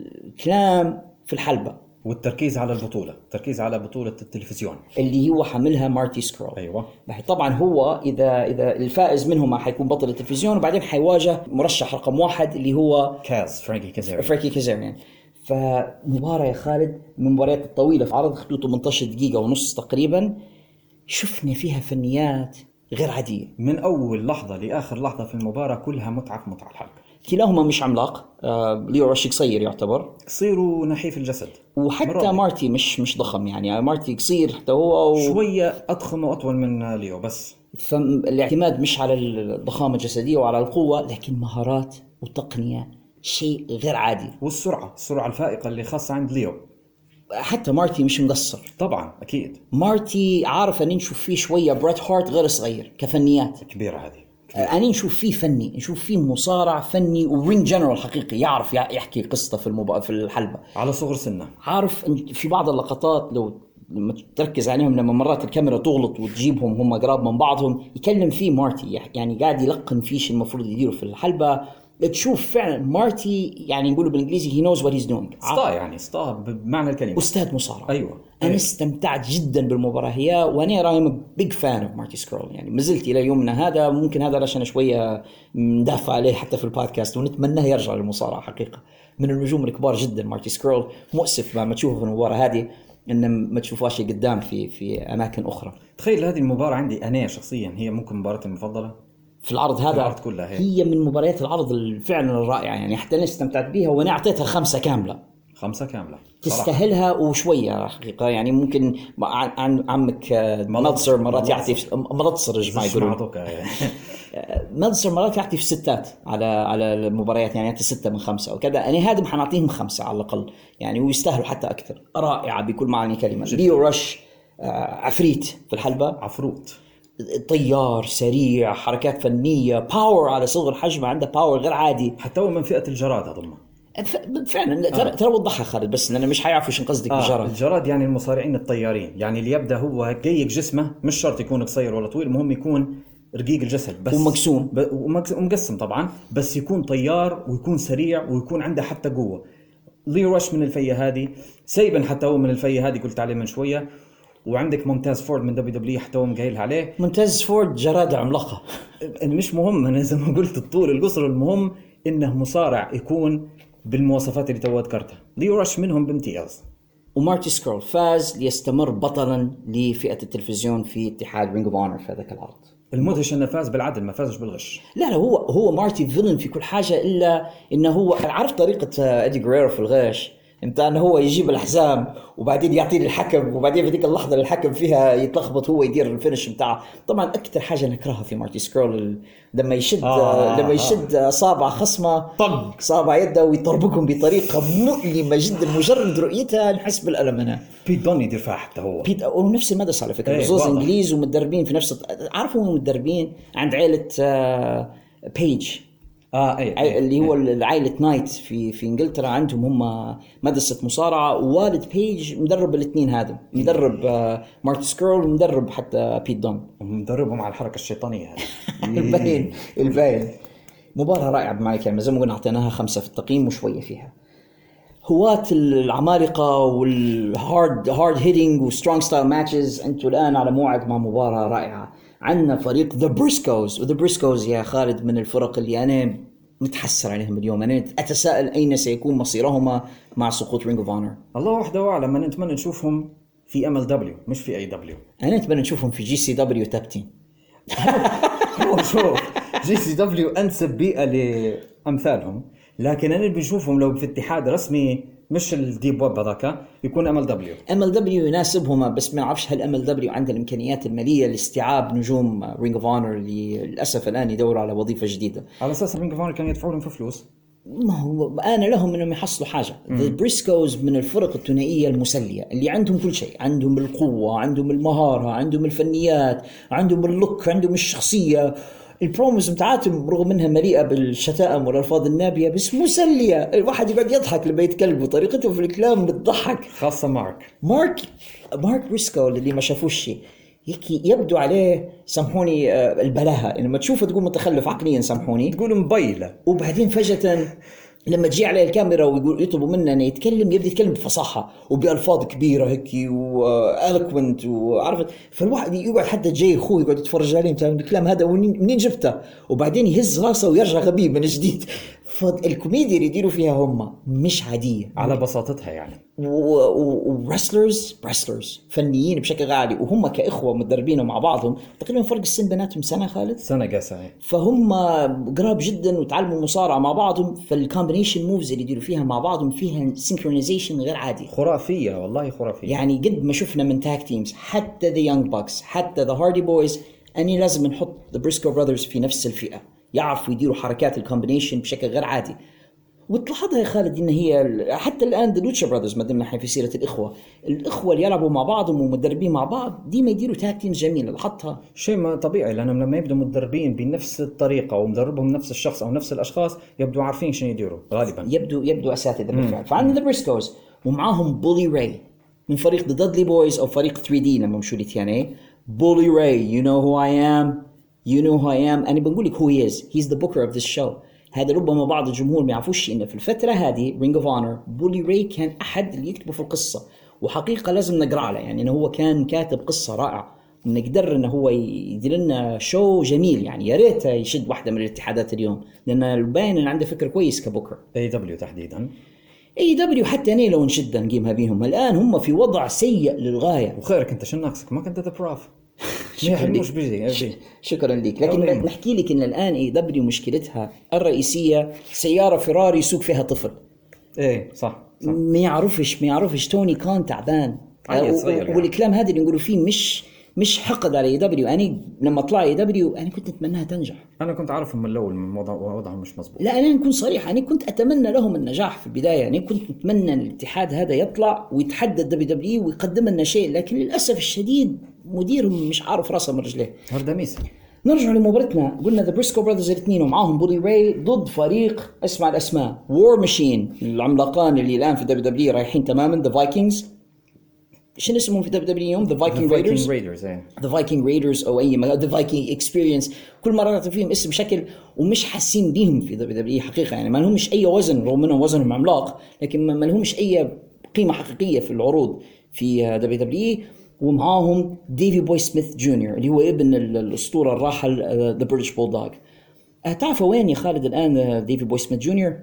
كلام في الحلبه، والتركيز على البطوله، التركيز على بطوله التلفزيون اللي هو حملها مارتي سكرول. ايوه طبعا هو اذا الفائز منهما حيكون بطل التلفزيون، وبعدين حيواجه مرشح رقم 1 اللي هو فرانكي كازاريان. فمباراة يا خالد من المباريات الطويلة في عرض خدوه 18 دقيقة ونص تقريبا. شفنا فيها فنيات غير عادية من أول لحظة لآخر لحظة في المباراة، كلها متعة الحلقة. كلاهما مش عملاق. ليو رش قصير يعتبر، قصير ونحيف الجسد، وحتى مارتي مش ضخم يعني. مارتي قصير حتى هو شوية أضخم وأطول من ليو، بس فالاعتماد مش على الضخامة الجسدية وعلى القوة، لكن مهارات وتقنية شيء غير عادي. والسرعة الفائقة اللي خاصة عند ليو. حتى مارتي مش مقصر طبعا أكيد. مارتي عارف أن نشوف فيه شوية بريت هارت غير صغير كفنيات كبيرة هذه. أنا نشوف فيه فني، نشوف فيه مصارع فني ورينج جنرال حقيقي، يعرف يحكي قصته في الحلبة على صغر سنه. عارف في بعض اللقطات لما تركز عليهم، لما مرات الكاميرا تغلط وتجيبهم هم قراب من بعضهم، يكلم فيه مارتي يعني قاعد يلقن فيش المفروض يديره في الحلبة. تشوف فعلا مارتي يعني نقوله بالانجليزي he knows what he's doing. ستا بمعنى الكلمة، أستاذ مصارعة. أيوة. أنا استمتعت جدا بالمباراة هي، وأنا رايم بيج فان اوف مارتي سكرول يعني، ما زلت إلى يومنا هذا. ممكن هذا عشان شوية ندافع عليه حتى في البودكاست، ونتمناه يرجع للمصارعة حقيقة. من النجوم الكبار جدا مارتي سكرول. مؤسف ما تشوفه في المباراة هذه إن ما تشوفهاش قدام في أماكن أخرى. تخيل هذه المباراة عندي أنا شخصيا هي ممكن مباراتي المفضلة في العرض هذا. العرض كلها هي من مباريات العرض فعلا الرائعة يعني، حتى أنا استمتعت بيها وأنا أعطيتها 5 كاملة. 5 كاملة تستاهلها وشوية حقيقة يعني. ممكن عن عمك ملتزر مرات يعطي ملتزر جماعة يقولون ملتزر مرات يعطي في 6 على المباريات يعني، يعطي 6 من 5 أو كذا. أنا هادم حنعطيهم 5 على الأقل يعني، ويستاهلوا حتى أكثر. رائعة بكل معاني كلمة. ليو رش عفريت في الحلبة، عفروت، طيار سريع، حركات فنية، باور على صغر حجمه، عنده باور غير عادي. حتى هو من فئة الجراد أظن. فعلا ترى وضحها خالد، بس لأنه مش حيعرفوا شو قصدك بالجراد. الجراد يعني المصارعين الطيارين يعني، اللي يبدأ هو قيق جسمه، مش شرط يكون قصير ولا طويل، المهم يكون رقيق الجسد بس ومقسوم ومقسم طبعا، بس يكون طيار ويكون سريع ويكون عنده حتى قوة. ليو رش من الفية هذه، سيبن حتى هو من الفية هذه قلت عليه من شوية. وعندك ممتاز فورد من دبليو حتى هو مقايلها عليه. ممتاز فورد جرادة عملاقة. مش مهم أنا زي ما قلت الطول القصر، المهم إنه مصارع يكون بالمواصفات اللي تو ذكرتها. ليو رش منهم بامتياز. ومارتي سكرول فاز ليستمر بطلا لفئة التلفزيون في اتحاد رينج اوف اونر في هذاك العرض. المدهش انه فاز بالعدل، ما فازش بالغش. لا هو مارتي فيلن في كل حاجة، إلا إنه هو عارف طريقة إدي غريرو في الغش، انت انه هو يجيب الحزام وبعدين يعطيه الحكم، وبعدين في ذيك اللحظه الحكم فيها يتلخبط هو يدير الفينش بتاعه. طبعا اكثر حاجه نكرهها في مارتي سكرول لما يشد اصابع خصمه، طق صابع يده ويطربقهم بطريقه مؤلمه جدا، مجرد رؤيتها نحس بالالم. انا بيت دون يدير فيها حتى هو ونفس المدرسه على فكره، بزوز انجليز ومتدربين في نفس عارفوا هم متدربين عند عائله بيج. اللي هو العائلة نايت في انجلترا، عندهم هم مدرسة مصارعة، ووالد بيج مدرب الاثنين، هذا مدرب مارتي سكرول ومدرب حتى بيت دون، ومدربهم على الحركة الشيطانية هذه. الباين مباراة رائعة بمعنى كلمة، زي ما قلنا أعطيناها 5 في التقييم وشوية فيها. هواة العمالقة والهارد هيدينج وسترونج ستايل ماتشز، أنتوا الآن على موعد مع مباراة رائعة. عندنا فريق ذا بريسكوز، وذا بريسكوز يا خالد من الفرق اللي أنا متحسر عليهم اليوم. أنا أتساءل أين سيكون مصيرهما مع سقوط رينج اوف اونر. الله وحده أعلم. أنا نتمنى نشوفهم في MLW مش في AW. أنا نتمنى نشوفهم في GCW تابتين. هو شوف جي سي دبليو انسب بيئه لامثالهم، لكن انا اللي بنشوفهم لو في اتحاد رسمي مش الديب ويب هذاك يكون ام ال دبليو. ام ال دبليو يناسبهم، بس ما نعرفش هل ام ال دبليو عندها الامكانيات الماليه لاستيعاب نجوم رينج اوف اونر اللي للاسف الان يدوروا على وظيفه جديده. على اساس رينج اوف اونر كانوا يدفعوا لهم في فلوس. ما هو انا لهم انهم يحصلوا حاجه. البريسكوز من الفرق الثنائيه المسليه اللي عندهم كل شيء، عندهم القوه، عندهم المهاره، عندهم الفنيات، عندهم اللوك، عندهم الشخصيه. البروموز متاعتهم رغم انها مليئه بالشتائم والالفاظ النابيه بس مسليه، الواحد يقعد يضحك لما يتكلموا، طريقتهم في الكلام بتضحك. خاصه مارك بريسكو اللي ما شافوش شيء يبدو عليه، سامحوني البلاهه، لما تشوفه تقول متخلف عقليا، سامحوني تقول مبيله، وبعدين فجاه لما تجي عليه الكاميرا ويقول يطلبوا منه انه يتكلم، يبدا يتكلم بفصاحه وبالفاظ كبيره هيك والكوينت وعرفت. فالواحد يقعد حتى جاي اخوه يقعد يتفرج عليه مثلا الكلام هذا منين جبته، وبعدين يهز راسه ويرجع غبي من جديد. فالكوميديا اللي يديروا فيها هم مش عاديه على بساطتها يعني. ورسلرز فنيين بشكل عالي، وهم كاخوه متدربين مع بعضهم. تقريبا فرق السن بيناتهم سنه خالد، سنه قاسه، فهم قراب جدا وتعلموا مصارعه مع بعضهم. فالكومبينيشن موفز اللي يديروا فيها مع بعضهم فيها سينكرونايزيشن غير عادي، خرافيه والله خرافيه. يعني قد ما شفنا من تاك تيمز، حتى ذا يونج باكس، حتى ذا هاردي بويز، اني لازم نحط ذا بريسكو براذرز في نفس الفئه، يعرفوا يديروا حركات الكومبينيشن بشكل غير عادي. وتلاحظها يا خالد ان هي حتى الان ذا لوتشا براذرز، ما دمنا احنا في سيره الاخوه اللي يلعبوا مع بعضهم ومدربين مع بعض، دي ما يديروا تاك تيمز جميله. لاحظتها شيء ما طبيعي، لانهم لما يبدوا متدربين بنفس الطريقه ومدربهم نفس الشخص او نفس الاشخاص يبدوا عارفين شنو يديروا غالبا، يبدو اساتذه بالفعل. فعندنا ذا بريسكوز ومعاهم بولي راي من فريق ذا دادلي بويز او فريق 3D لما مشوا لي ثاني. بولي راي you know who I am انا بقول لك who he is, he's the booker of this show. هذا ربما بعض الجمهور ما يعرفوش إن في الفترة هذه رينج اوف اونر بولي راي كان أحد اللي يكتبوا في القصة، وحقيقة لازم نقرأ له، يعني إنه هو كان كاتب قصة رائعة، نقدر إنه هو يدير لنا شو جميل. يعني يا ريت يشد واحدة من الاتحادات اليوم، لأن الباين إن عنده فكر كويس كبوكر. AEW تحديدا، AEW حتى أنا لو نشد نقيمها بيهم الآن، هم في وضع سيء للغاية. وخيرك أنت شو ناقصك؟ ما كنت ذا بروف. شكرا لك. لكن نحكي لك ان الان AEW مشكلتها الرئيسيه سياره فيراري يسوق فيها طفل. ايه صح. ما يعرفش توني كان تعبان. والكلام هذا اللي نقوله فيه مش حقد على AEW. انا لما طلع AEW انا كنت اتمناها تنجح. انا كنت عارف من الاول من وضعهم مش مزبوط. لا انا نكون صريح، انا كنت اتمنى لهم النجاح في البدايه، يعني كنت اتمنى الاتحاد هذا يطلع ويتحدى WWE ويقدم لنا شيء، لكن للاسف الشديد مديرهم مش عارف راسه من رجليه. هردميس. نرجع لمباراتنا، قلنا ذا بريسكو براذرز الاثنين ومعاهم بولي راي ضد فريق اسمع الاسماء، وور ماشين، العملاقان اللي الان في WWE رايحين تماما، ذا فايكنجز. شنو اسمهم في WWE يوم؟ ذا فايكنج رايدرز. ذا فايكنج رايدرز او اي ذا فايكنج اكسبيرينس. كل مره نعطي فيهم اسم شكل ومش حاسين بيهم في WWE حقيقه، يعني ما لهمش اي وزن، رغم انهم وزنهم عملاق لكن ما لهمش اي قيمه حقيقيه في العروض في WWE. ومعاهم ديفي بوي سميث جونيور اللي هو ابن الاسطوره الراحل ذا بريتش بولدوغ. تعرف وين يا خالد الان ديفي بوي سميث جونيور؟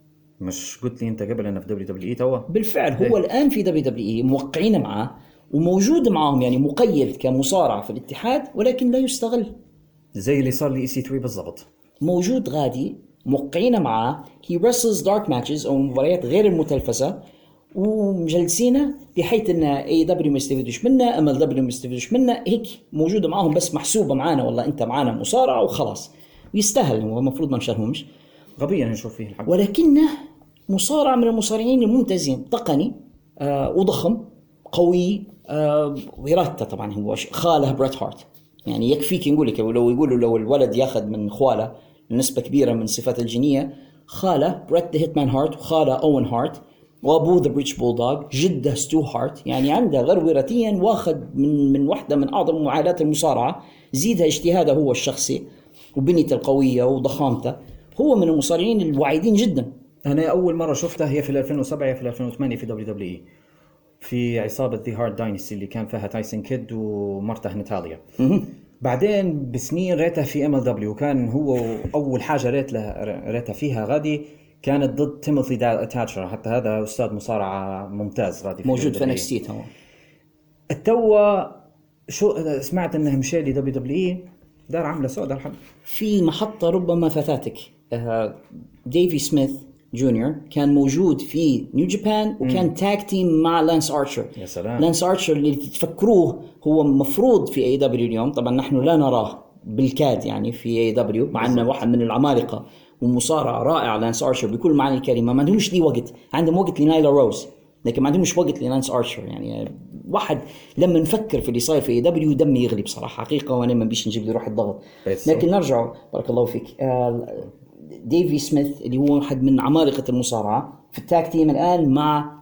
مش قلت لي انت قبل انه في WWE توا؟ بالفعل هو الان في WWE موقعين معه وموجود معاهم، يعني مقيد كمصارع في الاتحاد ولكن لا يستغل، زي اللي صار لي EC3 بالضبط. موجود غادي موقعين معه، هي wrestles dark matches او مباريات غير المتلفزه، ومجلسينه بحيث ان AEW ما يستفيدوش منه، MLW ما يستفيدوش منه، هيك موجوده معاهم بس محسوبه معانا، والله انت معانا مصارع وخلاص. ويستاهل، هو المفروض ما نشرهمش غبيا نشوف فيه الحق، ولكنه مصارع من المصارعين الممتازين، تقني وضخم قوي. وإرادته طبعا هو خاله بريت هارت، يعني يكفيك نقول لك لو يقولوا لو الولد ياخذ من خواله نسبة كبيرة من صفات الجينية، خاله بريت هيتمان هارت وخاله أوين هارت وابوه ذا بريتش بولدوغ، جده ستو هارت، يعني عنده غرويرتيا واخذ من واحدة من أعظم معادلات المصارعة، زيدها اجتهاده هو الشخصي وبنيته القوية وضخامته. هو من المصارعين الواعدين جدا. أنا أول مرة شفتها هي في 2007 في 2008 في WWE في عصابة The Hard Dynasty اللي كان فيها تايسون كيد ومرته ناتاليا. بعدين بسنين ريتها في MLW، وكان هو أول حاجة ريتها فيها غادي كانت ضد تيموثي تاتشر، حتى هذا أستاذ مصارعة ممتاز غادي موجود في NXT. هو التوا شو سمعت إنه مشى لي WWE دار عامله سوداء الحلبة. في محطة ربما فاتتك، ديفي سميث جونيور كان موجود في نيو جابان وكان تاج تيم مع لانس آرشر. يا سلام. لانس آرشر اللي تفكروه هو مفروض في اي دبليو اليوم، طبعا نحن لا نراه بالكاد يعني في اي دبليو، مع انه واحد من العمالقة ومصارع رائع لانس آرشر بكل معاني الكلمة. ما عندهمش لي وقت، عندهم وقت لنايلا روز لكن ما عندهمش وقت للانس آرشر. يعني واحد لما نفكر في اللي صاير في اي دبليو دمي يغلي بصراحة حقيقة، وانا ما بيش نجيب لي روح الضغط. لكن نرجع بارك الله فيك، ديفي سميث اللي هو واحد من عمالقة المصارعة في التاك تيم الآن مع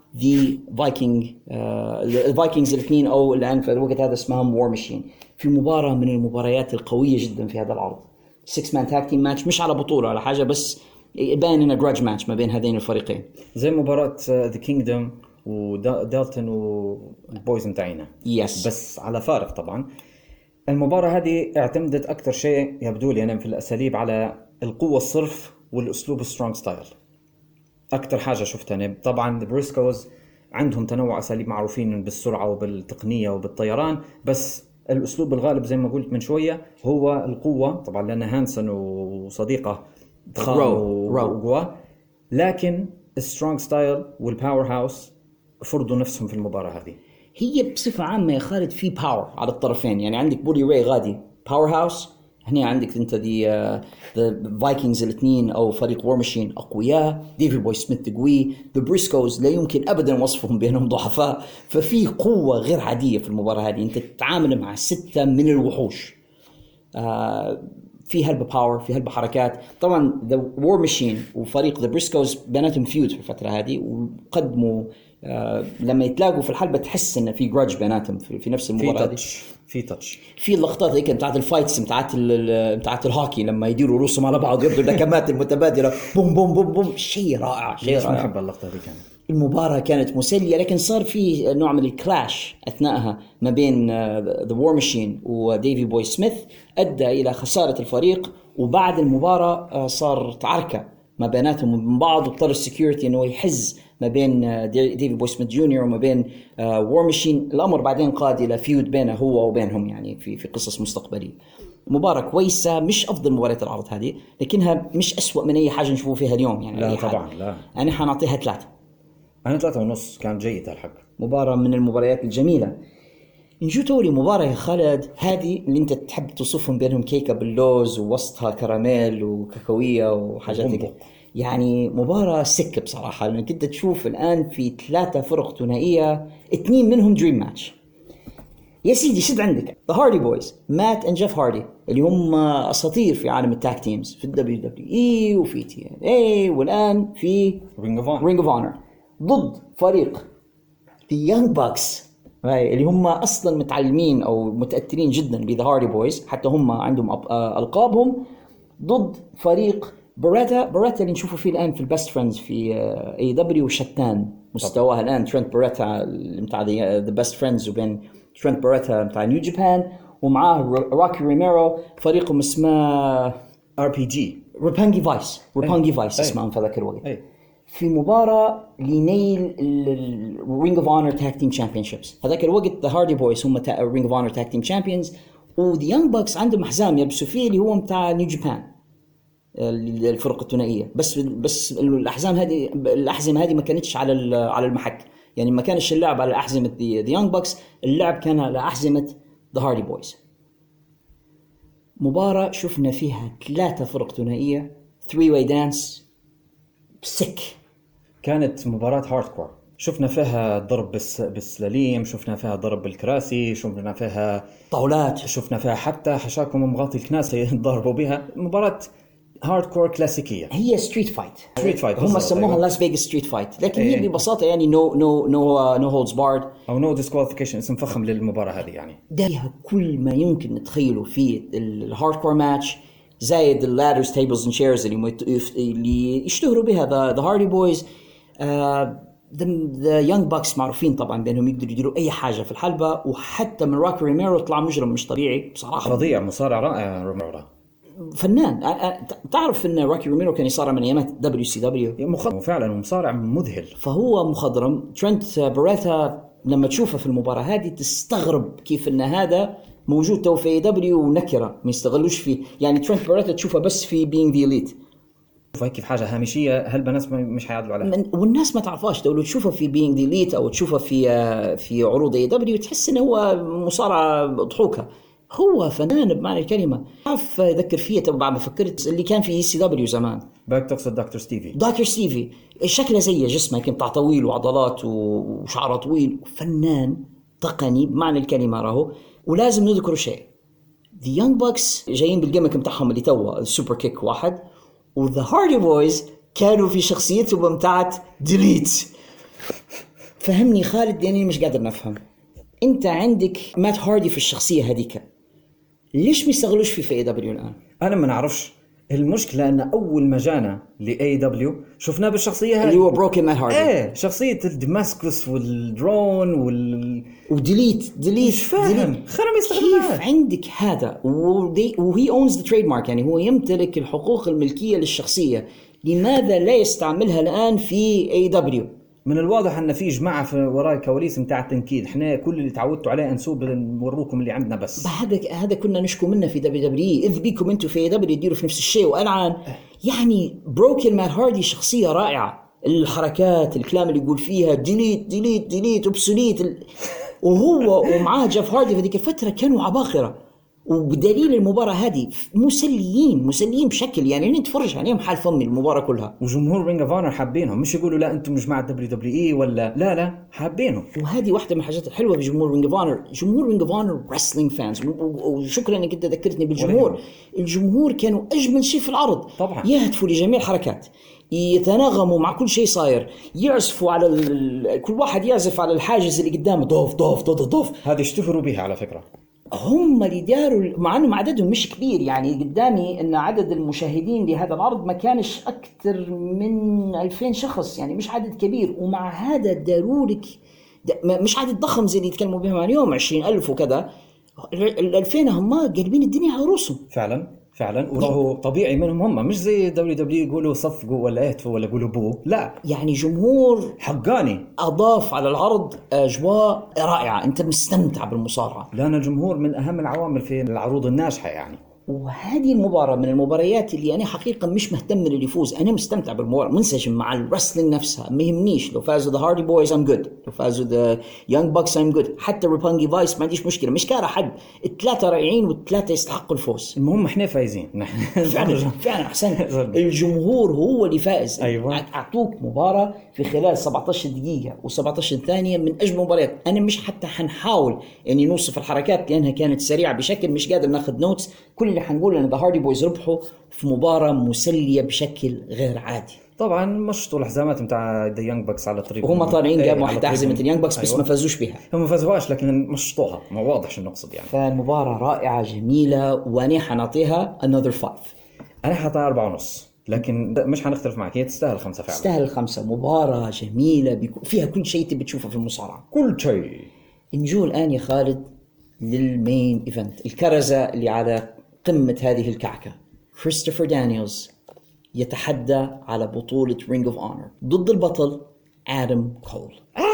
الفايكنجز الاثنين، أو الآن في الوقت هذا اسمهم وور ماشين، في مباراة من المباريات القوية جدا في هذا العرض. 6 مان تاك تيم ماتش، مش على بطولة على حاجة، بس باين إنه جراج ماتش ما بين هذين الفريقين، زي مباراة ذا كينجدوم ودالتون والبويز متاعينا. يس. بس على فارق طبعا. المباراة هذه اعتمدت أكثر شيء يبدو لي أنا في الأساليب على القوة الصرف والأسلوب سترونج ستايل. أكثر حاجة شفتها أنا. طبعا بريسكوز عندهم تنوع أساليب معروفين بالسرعة وبالتقنية وبالطيران، بس الأسلوب الغالب زي ما قلت من شوية هو القوة، طبعا لأن هانسون وصديقه ضخام وقوة، لكن السترونج ستايل والباور هاوس فرضوا نفسهم في المباراة هذه. هي بصفة عامة يا خالد في باور على الطرفين، يعني عندك بولي راي غادي باور هاوس، هنا عندك انت ذا فايكنجز الاثنين او فريق وور ماشين اقوياء، ديفي بوي سميث قوي، ذا بريسكوز لا يمكن ابدا وصفهم بانهم ضعفاء. ففي قوة غير عادية في المباراة هذه، انت تتعامل مع 6 من الوحوش، في هلبة باور، في هلبة حركات. طبعا ذا وور ماشين وفريق ذا بريسكوز بيناتهم فيود في الفترة هذه، وقدموا لما يتلاقوا في الحلبة تحس انه في جراج بيناتهم في نفس المباراة هذه. في اللقطات هيك بتاعت الفايتس بتاعت الهوكي لما يديروا رؤوسهم على بعض ويبدو الكمات المتبادلة بوم بوم بوم بوم، شيء رائع، شيء رائع. بحب اللقطة هذه. كانت المباراة كانت مسلية، لكن صار في نوع من الكلاش أثناءها ما بين ذا وور ماشين وديفي بوي سميث أدى إلى خسارة الفريق، وبعد المباراة صار عركة ما بيناتهم وبين بعض، واضطر السكيورتي إنه يحز ما بين ديفي بوي سميث جونيور وما بين وور ماشين. الأمر بعدين قاد إلى فيود بينه هو وبينهم، يعني في قصص مستقبلية. مباراة كويسة، مش أفضل مباريات العرض هذه، لكنها مش أسوأ من أي حاجة نشوفه فيها اليوم يعني. لا طبعا لا، أنا حنعطيها 3. أنا 3.5 كان جيد الحق. مباراة من المباريات الجميلة. نجو تولي مباراة يا خالد هذه اللي انت تحب توصفهم بينهم كيكة باللوز ووسطها كراميل وكاكاوية وحاجات يعني مباراة سك بصراحة، لأنك انت تشوف الآن في 3 فرق ثنائية، 2 منهم دريم ماتش. يا سيدي شد عندك The Hardy Boys، مات and Jeff Hardy اللي هم أساطير في عالم التاك تيمز في WWE وفي TNA والآن في Ring of Honor، ضد فريق The Young Bucks اللي هم أصلا متعلمين أو متأثرين جدا بذا هاردي بويز، حتى هم عندهم ألقابهم، ضد فريق بريتا اللي نشوفه فيه الآن في البست فريندز في اي دبليو، شتان مستواه الآن. ترينت بريتا متاع ذا بست فريندز وبين ترينت بريتا متاع نيو جابان، ومعاه روكي ريميرو، فريقهم اسمه RPG روبانجي فايس اسمهم في ذاك الوقت. في مباراة لنيل الرينج اوف اونر تاك تيم تشامبيونشيبس. هذاك الوقت ذا هاردي بويز هم رينج اوف اونر تاك تيم تشامبيونز، وذا يانج باكس عندهم حزام يلبسوا فيه اللي هو متاع نيو جابان الفرق الثنائية. بس الأحزمة هذه ما كانتش على المحك، يعني ما كانش اللعب على أحزمة ذا يانج باكس، اللعب كان على أحزمة ذا هاردي بويز. مباراة شفنا فيها 3 فرق ثنائية 3-way dance سك. كانت مباراة هاردكور، شفنا فيها ضرب بالسلاليم، شفنا فيها ضرب بالكراسي، شفنا فيها طاولات، شفنا فيها حتى حشاكم مغاطي الكناسة ضربوا بها. مباراة هاردكور كلاسيكية، هي ستريت فايت هم سموها لاس فيغاس ستريت فايت، لكن هي ببساطة يعني نو هولدز بارد أو نو ديسكواليفيكيشن، اسم فخم للمباراة هذه. يعني ده كل ما يمكن نتخيله في الهاردكور ماتش، زائد اللادرز تيبلز اند شيرز اللي يشتهروا بها ذا هاردي بويز. ذا يانج باكس معروفين طبعا بانهم يقدروا يديروا اي حاجه في الحلبه، وحتى من روكي ريميرو طلع مجرم مش طبيعي بصراحه، فظيع، مصارع رائع ريميرو، فنان. تعرف ان روكي ريميرو كان يصارع من ايامات WCW فعلا مصارع مذهل، فهو مخضرم. ترينت بريتا لما تشوفه في المباراه هذه تستغرب كيف ان هذا موجود تو في AEW ونكره ما يستغلوش فيه. يعني ترينت باراتا تشوفها بس في Being the Elite، فهيك في حاجه هامشيه هالبنات مش حيعدلوا عليها والناس ما تعرفهاش. لو تشوفها في Being the Elite او تشوفها في عروض AEW تحس انه هو مصارعه ضحوكه. هو فنان بمعنى الكلمه. عارف ذكر فيه تبع ما فكرت اللي كان في ECW زمان، باك تقصد دكتور ستيفي شكله زي جسمه يمكن بتاع طويل وعضلات وشعره طويل، فنان تقني بمعنى الكلمه راهو. ولازم نذكر شيء، The Young Bucks جايين بالجيمك متاعهم اللي توا السوبر كيك واحد، وذا هاردي بويز كانوا في شخصيتهم متاعت ديليت. فهمني خالد لاني مش قادر نفهم. انت عندك مات هاردي في الشخصيه هذيك، ليش ما يستغلوش في AEW الان؟ انا ما نعرفش. المشكله ان اول ما جانا AEW شفناه بالشخصيه هذه اللي هو بروكن مات هاردي. شخصيه الدماسكوس والدرون وديليت مش فاهم خلنا يستغلوها. كيف عندك هذا وهي اونز ذا تريد مارك، يعني هو يمتلك الحقوق الملكيه للشخصيه، لماذا لا يستعملها الان في AEW؟ من الواضح ان في جماعه في وراء الكواليس نتاع التنكيد. احنا كل اللي تعودتوا عليه انسوب نوروكم اللي عندنا بس. هذا كنا نشكو منه في WWE، اذ بيكم انتم في AEW يديروا في نفس الشيء. والان يعني بروكن مات هاردي شخصيه رائعه، الحركات الكلام اللي يقول فيها ديليت ديليت ديليت اوبسوليت وهو ومعاه جيف هاردي في ذيك الفتره كانوا عباقره. وبدليل المباراة هذه مسليين بشكل يعني نتفرج عليهم حال فمي المباراة كلها. وجمهور رينج اوف اونر حابينهم، مش يقولوا لا انتم مش مع WWE ولا لا حابينهم. وهذه واحدة من الحاجات الحلوة بجمهور رينج اوف اونر. جمهور رينج اوف اونر رسلينج فانز، وشكرا انك انت ذكرتني بالجمهور. الجمهور كانوا اجمل شيء في العرض طبعا، يهتفوا لجميع الحركات، يتناغموا مع كل شيء صاير، يعزفوا على كل واحد يعزف على الحاجز اللي قدامه ضوف ضوف ضوف ضوف. هذه اشتهروا بها على فكرة. هم اللي داروا، مع انه عددهم مش كبير. يعني قدامي ان عدد المشاهدين لهذا العرض ما كانش اكثر من 2000 شخص، يعني مش عدد كبير. ومع هذا داروا لك مش عدد ضخم زي اللي يتكلموا بهم اليوم 20,000 وكذا. 2000 هم قلبين الدنيا على رؤوسهم فعلا وراهو طبيعي منهم. هم مش زي WWE يقولوا صفقوا ولا اهتفوا ولا يقولوا بو، لا يعني جمهور حقاني اضاف على العرض اجواء رائعه، انت مستمتع بالمصارعه. لان الجمهور من اهم العوامل في العروض الناجحه يعني. وهذه المباراة من المباريات اللي أنا حقيقة مش مهتم من اللي يفوز، أنا مستمتع بالمباراة، منسجم مع الرسلينج نفسها، ما يهمنيش لو فازوا The Hardy Boys I'm good، لو فازوا The Young Bucks I'm good، حتى Roppongi Vice ما عنديش مشكلة، مش كاره حد، الثلاثة رائعين والثلاثة يستحقوا الفوز. المهم احنا فايزين. فعلا أحسن. الجمهور هو اللي فائز. أيوة. أعطوك مباراة في خلال 17 دقيقة و17 ثانية من أجمل مباريات. أنا مش حتى حنحاول إني نوصف الحركات لأنها كانت سريعة بشكل مش قادر ناخذ نوتس. كل اللي حنقول ان ذا هاردي بويز ربحوا في مباراة مسلية بشكل غير عادي. طبعا مشطوا الحزامات نتاع ذا يانج باكس على الطريق، وهم طالعين جابوا واحد حزمة اليانج باكس بس. أيوة. ما فازوش بها، هم ما فازوهاش لكن مشطوها، ما واضح شو نقصد يعني. فالمباراة رائعة جميلة، وانا حنعطيها another 5. انا حاطها 4.5 لكن مش حنختلف معك، هي تستاهل 5 فعلا. تستاهل 5. مباراة جميلة فيها كل شيء تبي تشوفه في المصارعة، كل شيء. نجول الآن يا خالد للمين ايفنت، الكرزة اللي على قمة هذه الكعكة. كريستوفر دانييلز يتحدى على بطولة رينج اوف اونر ضد البطل آدم كول.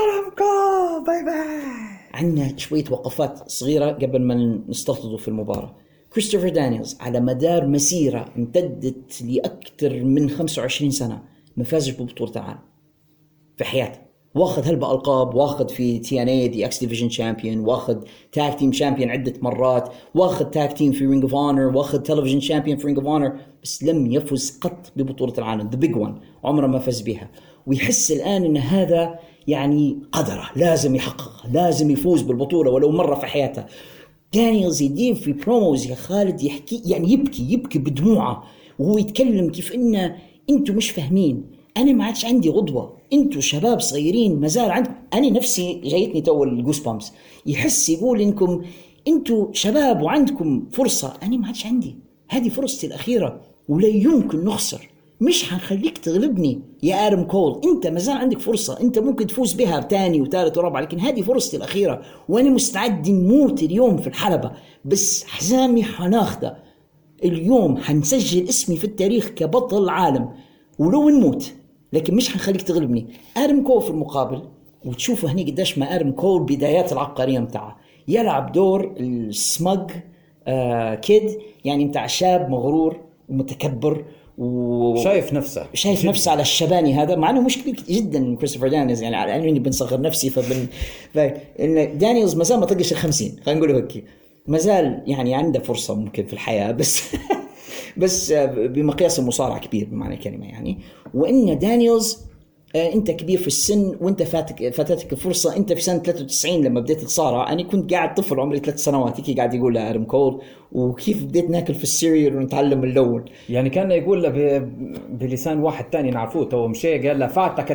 باي باي. عندنا شوية وقفات صغيرة قبل ما نستفضوا في المباراة. كريستوفر دانييلز على مدار مسيرة امتدت لأكثر من 25 سنة ما فازش ببطولة العالم في حياته. واخذ هالبألقاب، واخذ في TNA دي اكس ديفيجن شامبيون، واخذ تاك تيم شامبيون عدة مرات، واخذ تاك تيم في رينج اوف اونر، واخذ تلفزيون شامبيون في رينج اوف اونر، بس لم يفز قط ببطولة العالم ذا بيج وان، عمره ما فاز بها. ويحس الآن ان هذا يعني قدره، لازم يحققها، لازم يفوز بالبطولة ولو مرة في حياته. دانييلز يدير في بروموز يا خالد يحكي يعني يبكي بدموعه، وهو يتكلم كيف إن انتم مش فاهمين، انا ما عادش عندي غضوة، انتوا شباب صغيرين ما زال عندكم، انا نفسي جايتني تو الجوس بامس، يحس يقول انكم انتوا شباب وعندكم فرصة، انا ما عادش عندي، هذه فرصتي الأخيرة ولا يمكن نخسر، مش حنخليك تغلبني يا آدم كول، انت ما زال عندك فرصة، انت ممكن تفوز بها تاني وثالث ورابع، لكن هذه فرصتي الأخيرة وانا مستعد نموت اليوم في الحلبة، بس حزامي حناخده اليوم، حنسجل اسمي في التاريخ كبطل عالم ولو نموت، لكن مش حنخليك تغلبني. آدم كول في المقابل، وتشوفوا هني قداش ما آدم كول بدايات العبقرية متاعه، يلعب دور السمج كيد، يعني بتاع شاب مغرور ومتكبر شايف نفسه على الشباني هذا، مع انه مش كبير جدا كريستوفر دانييلز، يعني على اني بنصغر نفسي ان دانييلز ما زال ما طقش ال50، خلينا نقول هيك، ما زال يعني عنده فرصه ممكن في الحياه، بس بمقياس المصارعه كبير بمعنى الكلمه يعني. وان دانييلز انت كبير في السن وانت فاتتك الفرصه. انت في سنه 93 لما بديت تصارع، انا كنت قاعد طفل عمري 3 سنوات هيك قاعد يقول لآدم كول وكيف بديت ناكل في السيريال ونتعلم اللون، يعني كان يقول له بلسان واحد تاني نعرفوه تو مشي، قال له فاتك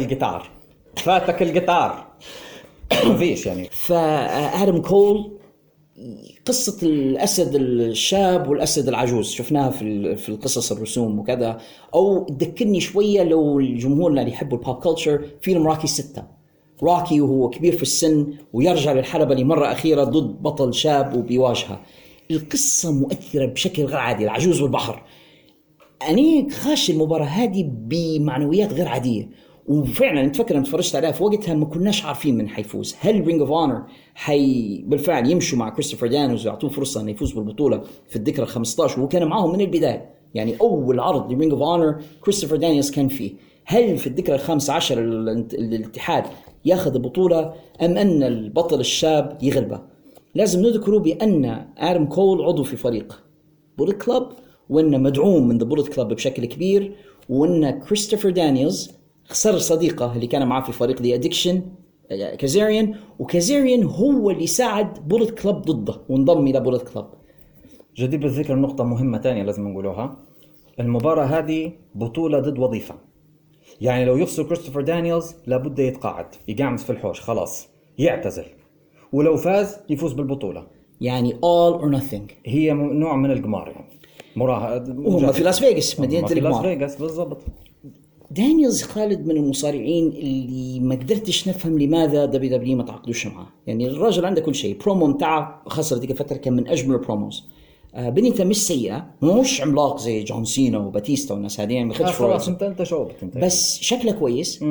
القطار ما فيش يعني. فآدم كول قصة الأسد الشاب والأسد العجوز شفناها في القصص الرسوم وكذا، أو تذكرني شوية لو الجمهورنا اللي يحبوا البوب كلتشر فيلم روكي 6. روكي وهو كبير في السن ويرجع للحلبة لمرة أخيرة ضد بطل شاب وبيواجهه. القصة مؤثرة بشكل غير عادي، العجوز والبحر. أنا خاش المباراة هذه بمعنويات غير عادية، وفعلا نتفكر ان اتفرجت عليها في وقتها ما كناش عارفين من حيفوز. هل رينج اوف اونر بالفعل يمشوا مع كريستوفر دانييلز ويعطوه فرصه انه يفوز بالبطوله في الذكرى ال15، وهو كان معاهم من البدايه، يعني اول عرض لرينج اوف اونر كريستوفر دانييلز كان فيه. هل في الذكرى ال15 الاتحاد ياخذ البطوله ام ان البطل الشاب يغلبه؟ لازم نذكره بان آدم كول عضو في فريق بوليت كلاب، وانه مدعوم من ذا بوليت كلاب بشكل كبير، وان كريستوفر دانييلز خسر صديقه اللي كان معاه في فريق دي ادكشن كازاريان، وكازاريان هو اللي ساعد بوليت كلاب ضده وانضم الى بوليت كلاب. جدير بالذكر نقطة مهمة تانية لازم نقولوها، المباراة هذه بطولة ضد وظيفة، يعني لو يخسر كريستوفر دانييلز لابد يتقاعد، يقعمز في الحوش خلاص يعتزل، ولو فاز يفوز بالبطولة، يعني all or nothing. هي نوع من القمار يعني وهم في لاس فيغاس، مدينة القمار. في لاس فيغاس بالضبط. دانييلز خالد من المصارعين اللي ما قدرتش نفهم لماذا دبليو ما تعاقدوش معه. يعني الراجل عنده كل شيء، برومو متاعه خاصة ديك الفترة كان من أجمل البروموز، بنيته مش سيئة، مش عملاق زي جون سينا وباتيستا والناس هذين ما خدش خلاص انت شوبت بس شكله كويس.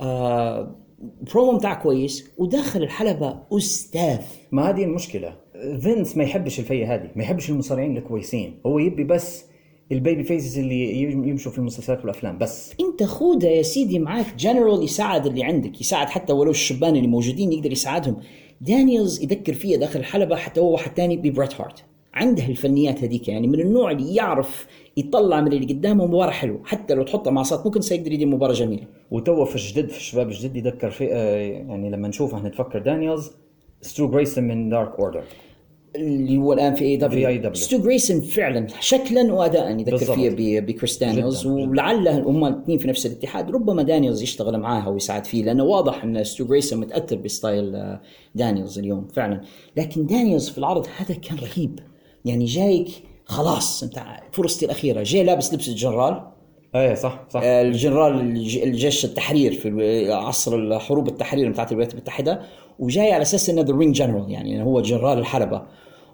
برومو متاعه كويس وداخل الحلبة أستاذ. ما هذه المشكلة، فينس ما يحبش الفية هذه، ما يحبش المصارعين الكويسين، هو يبي بس البيبي فيسز اللي يمشوا في المسلسلات والافلام بس. انت خودها يا سيدي معاك جنرال يساعد اللي عندك، يساعد حتى ولو الشبان اللي موجودين يقدر يساعدهم. دانييلز يذكر فيها داخل الحلبة حتى هو واحد تاني ببريت هارت، عنده الفنيات هذيك، يعني من النوع اللي يعرف يطلع من اللي قدامه مباراة حلوة، حتى لو تحطها مع صوت ممكن سيقدر يدير مباراة جميلة. وتوه في الشباب الجديد يذكر في يعني لما نشوفه نتفكر دانييلز سترو جريسون من دارك اوردر اللي هو الان في اي دبليو. ستو جريسون فعلا شكلا واداء يذكر فيه بكريس دانييلز، ولعل هم الاثنين في نفس الاتحاد، ربما دانييلز يشتغل معاها ويساعد فيه، لانه واضح ان ستو جريسون متاثر بستايل دانييلز اليوم فعلا. لكن دانييلز في العرض هذا كان رهيب، يعني جايك خلاص انت فرصتي الاخيره، جاي لابس لبس الجنرال. ايه صح الجنرال الجيش التحرير في عصر الحروب التحرير بتاعت الولايات المتحدة، وجاي على اساس انه ذا رينج جنرال، يعني هو جنرال الحلبة.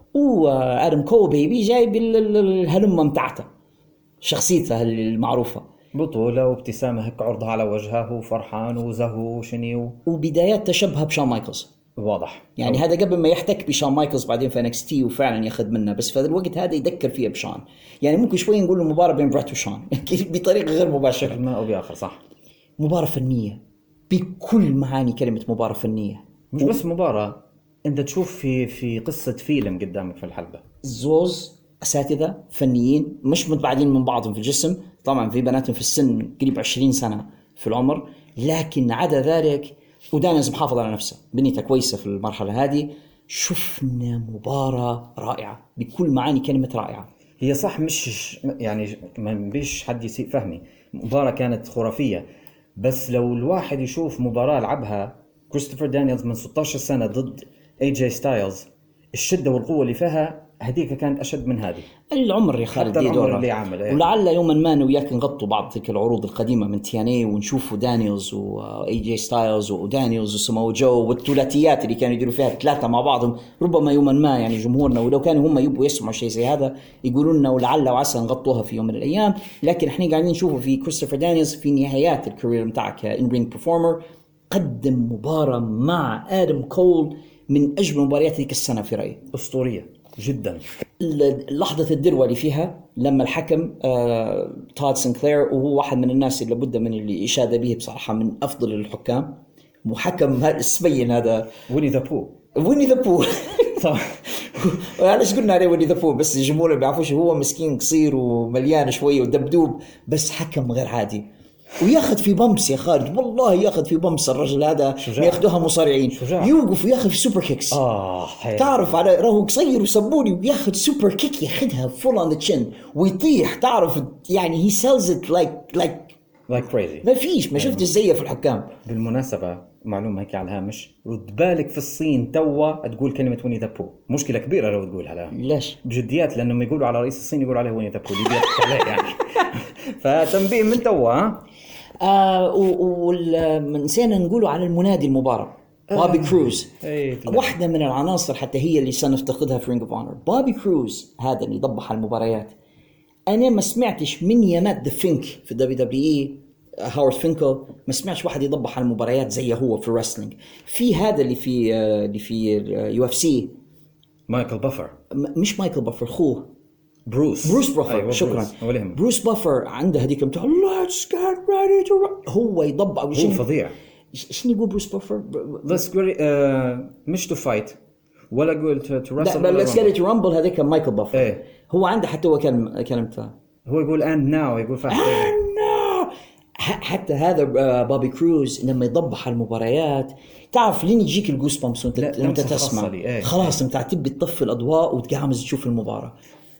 وآدم كول بيبي جاي بالهلمة متاعته، شخصيته المعروفة، بطولة وابتسامة هيك عرضها على وجهه وفرحان وزهو وشنيو، وبدايات تشبه بشون مايكلز واضح. يعني هذا قبل ما يحتك بشون مايكلز بعدين في NXT وفعلا ياخذ منه، بس في هذا الوقت هذا يذكر فيه بشون. يعني ممكن شوي نقول مباراة بين بريت وشون بطريقة غير مباشرة، ما أو بآخر صح. مباراة فنية بكل معاني كلمة مباراة فنية، مش بس مباراة، أنت تشوف في قصة فيلم قدامك في الحلبة. زوز أساتذة فنيين مش متباعدين من بعضهم في الجسم، طبعا في بناتهم في السن قريب 20 سنة في العمر، لكن عدا ذلك ودانييلز محافظ على نفسه، بنيته كويسة في المرحلة هذه. شفنا مباراة رائعة بكل معاني كلمة رائعة. هي صح، مش يعني ما بيش حد يسيء فهمي، مباراة كانت خرافية، بس لو الواحد يشوف مباراة لعبها كريستوفر دانييلز من 16 سنة ضد AJ ستايلز، الشدة والقوة اللي فيها هذيك كانت أشد من هذه. العمر يا خالد دي دورة اللي عمل ولعل يوما ما أنا وياك نغطوا بعض تلك العروض القديمة من TNA ونشوفوا دانييلز وAJ ستايلز ودانييلز وسامو جو والثلاثيات اللي كانوا يديروا فيها ثلاثة مع بعضهم. ربما يوما ما يعني جمهورنا ولو كانوا هم يبوا يسمعوا شيء زي هذا يقولوا لنا ولعل وعسى نغطوها في يوم من الأيام، لكن احنا قاعدين نشوفه في كريستوفر دانييلز في نهايات الكارير متاعك إن رينج performer. قدم مباراة مع آدم كول من اجمل مباريات هذيك السنه في رايي. اسطوريه جدا. لحظه الذروه اللي فيها لما الحكم تود سنكلير، وهو واحد من الناس اللي لابد من اللي اشاد به بصراحه، من افضل الحكام، محكم السبين هذا ويني ذا بو طبعا. علاش قلنا عليه ويني ذا بو؟ بس الجمهور ما بيعرفوش هو مسكين قصير ومليان شويه ودبدوب، بس حكم غير عادي وياخذ في بمس يا خالد، والله ياخذ في بمس الرجل هذا، ياخذوها مصارعين يوقف وياخذ في سوبر كيكس. تعرف على راهو قصير وسبوني وياخذ سوبر كيك ياخذها فول اون ذا تشين ويطيح، تعرف يعني هي سيلز ات لايك كريزي. ما فيش ما شفتش زيه في الحكام. بالمناسبة معلومة هيك على الهامش، رد بالك في الصين توا تقول كلمة ويني ذا بو، مشكلة كبيرة لو تقولها لها. ليش؟ بجديات، لأنهم يقولوا على رئيس الصين يقولوا عليه ويني ذا بو اللي بيضحك عليه يعني. فتنبيه من توا. ونسينا نقولوا على المنادي المباراة بوبي كروز. واحدة من العناصر حتى هي اللي سنفتقدها في رينج اوف اونر. بوبي كروز هذا اللي يضبح المباريات، أنا ما سمعتش من يامات ذا فينك في الدبليو دبليو اي، هاورد فينكل، ما سمعتش واحد يضبح المباريات زي هو في الرسلينج. في هذا اللي في يو اف سي، مايكل بافر، مش مايكل بافر، خوه بروس بافر. أيوة شكرا. بروس بافر عنده هذيك بتاع let's get ready to هو يضبع. هو فظيع. شنو يقول بروس بافر؟ let's get مش to fight ولا قول to wrestle. لا let's get it to rumble هذيك مايكل بافر. ايه. هو عنده حتى هو كلمته، هو يقول and now، يقول فاهم. حتى هذا بوبي كروز لما يضبح المباريات تعرف لين يجيك الجوس بامس وانت تسمع خلاص انت تبي تطفي الاضواء وتقعمز تشوف المباراه.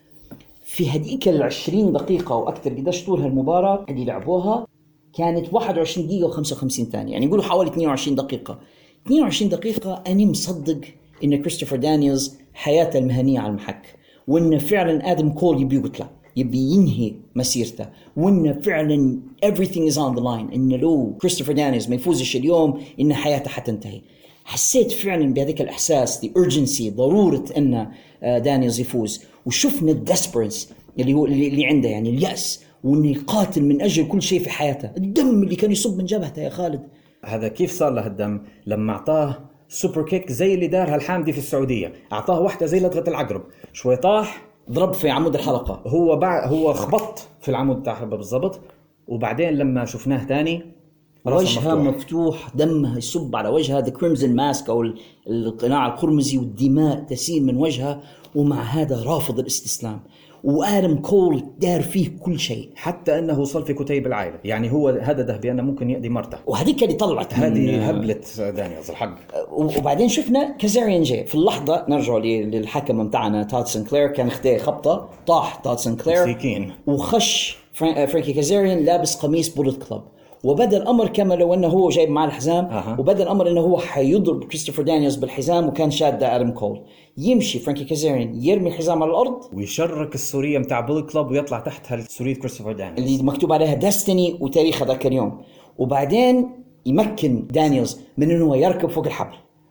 في هذيك 20 دقيقة وأكثر قداش طول هالمباراة اللي لعبوها كانت 21 دقيقة و55 ثانية، يعني يقولوا حوالي 22 دقيقة. 22 دقيقة أنا مصدق إن كريستوفر دانييلز حياته المهنية على المحك، وإن فعلا آدم كول يبي يقتله، يبي ينهي مسيرته، وإن فعلا everything is on the line، إن لو كريستوفر دانييلز ما يفوزش اليوم إن حياته حتنتهي. حسيت فعلا بهذيك الإحساس the urgency، ضرورة أن دانييلز يفوز. وشفنا الديسبرنس اللي هو اللي عنده، يعني اليأس، وإنه يقاتل من أجل كل شيء في حياته. الدم اللي كان يصب من جبهته يا خالد، هذا كيف صار له الدم؟ لما أعطاه سوبر كيك زي اللي دارها الحامدي في السعودية، أعطاه واحدة زي لدغة العقرب، شوي طاح ضرب في عمود الحلقة، هو خبط في العمود تاع الحلقة بالضبط. وبعدين لما شفناه تاني وجهها مفتوح، دمها يصب على وجهها، the crimson mask أو القناع القرمزي، والدماء تسيل من وجهها، ومع هذا رافض الاستسلام. وآدم كول دار فيه كل شيء، حتى أنه وصل في كتيب العائلة، يعني هو هدده بأنه ممكن يأذي مرته، وهذيك اللي طلعت هذه هبلت دانييلز الحق. وبعدين شفنا كازاريان جاي في اللحظة. نرجع للحكم متاعنا تود سنكلير، كان اخذ خبطة، طاح تود سنكلير مسيكين، وخش فرانكي كازاريان لابس قميص بولت كلوب، وبدأ الأمر كما لو أنه هو جايب معه الحزام، وبدأ الأمر أنه هو حيضرب كريستوفر دانييلز بالحزام، وكان شاد آدم كول. يمشي فرانكي كازاريان يرمي الحزام على الأرض ويشرك السورية متاع بولت كلوب، ويطلع تحتها سورية كريستوفر دانييلز اللي مكتوب عليها ديستني وتاريخ ذاك اليوم. وبعدين يمكن دانييلز من أنه يركب فوق الحبل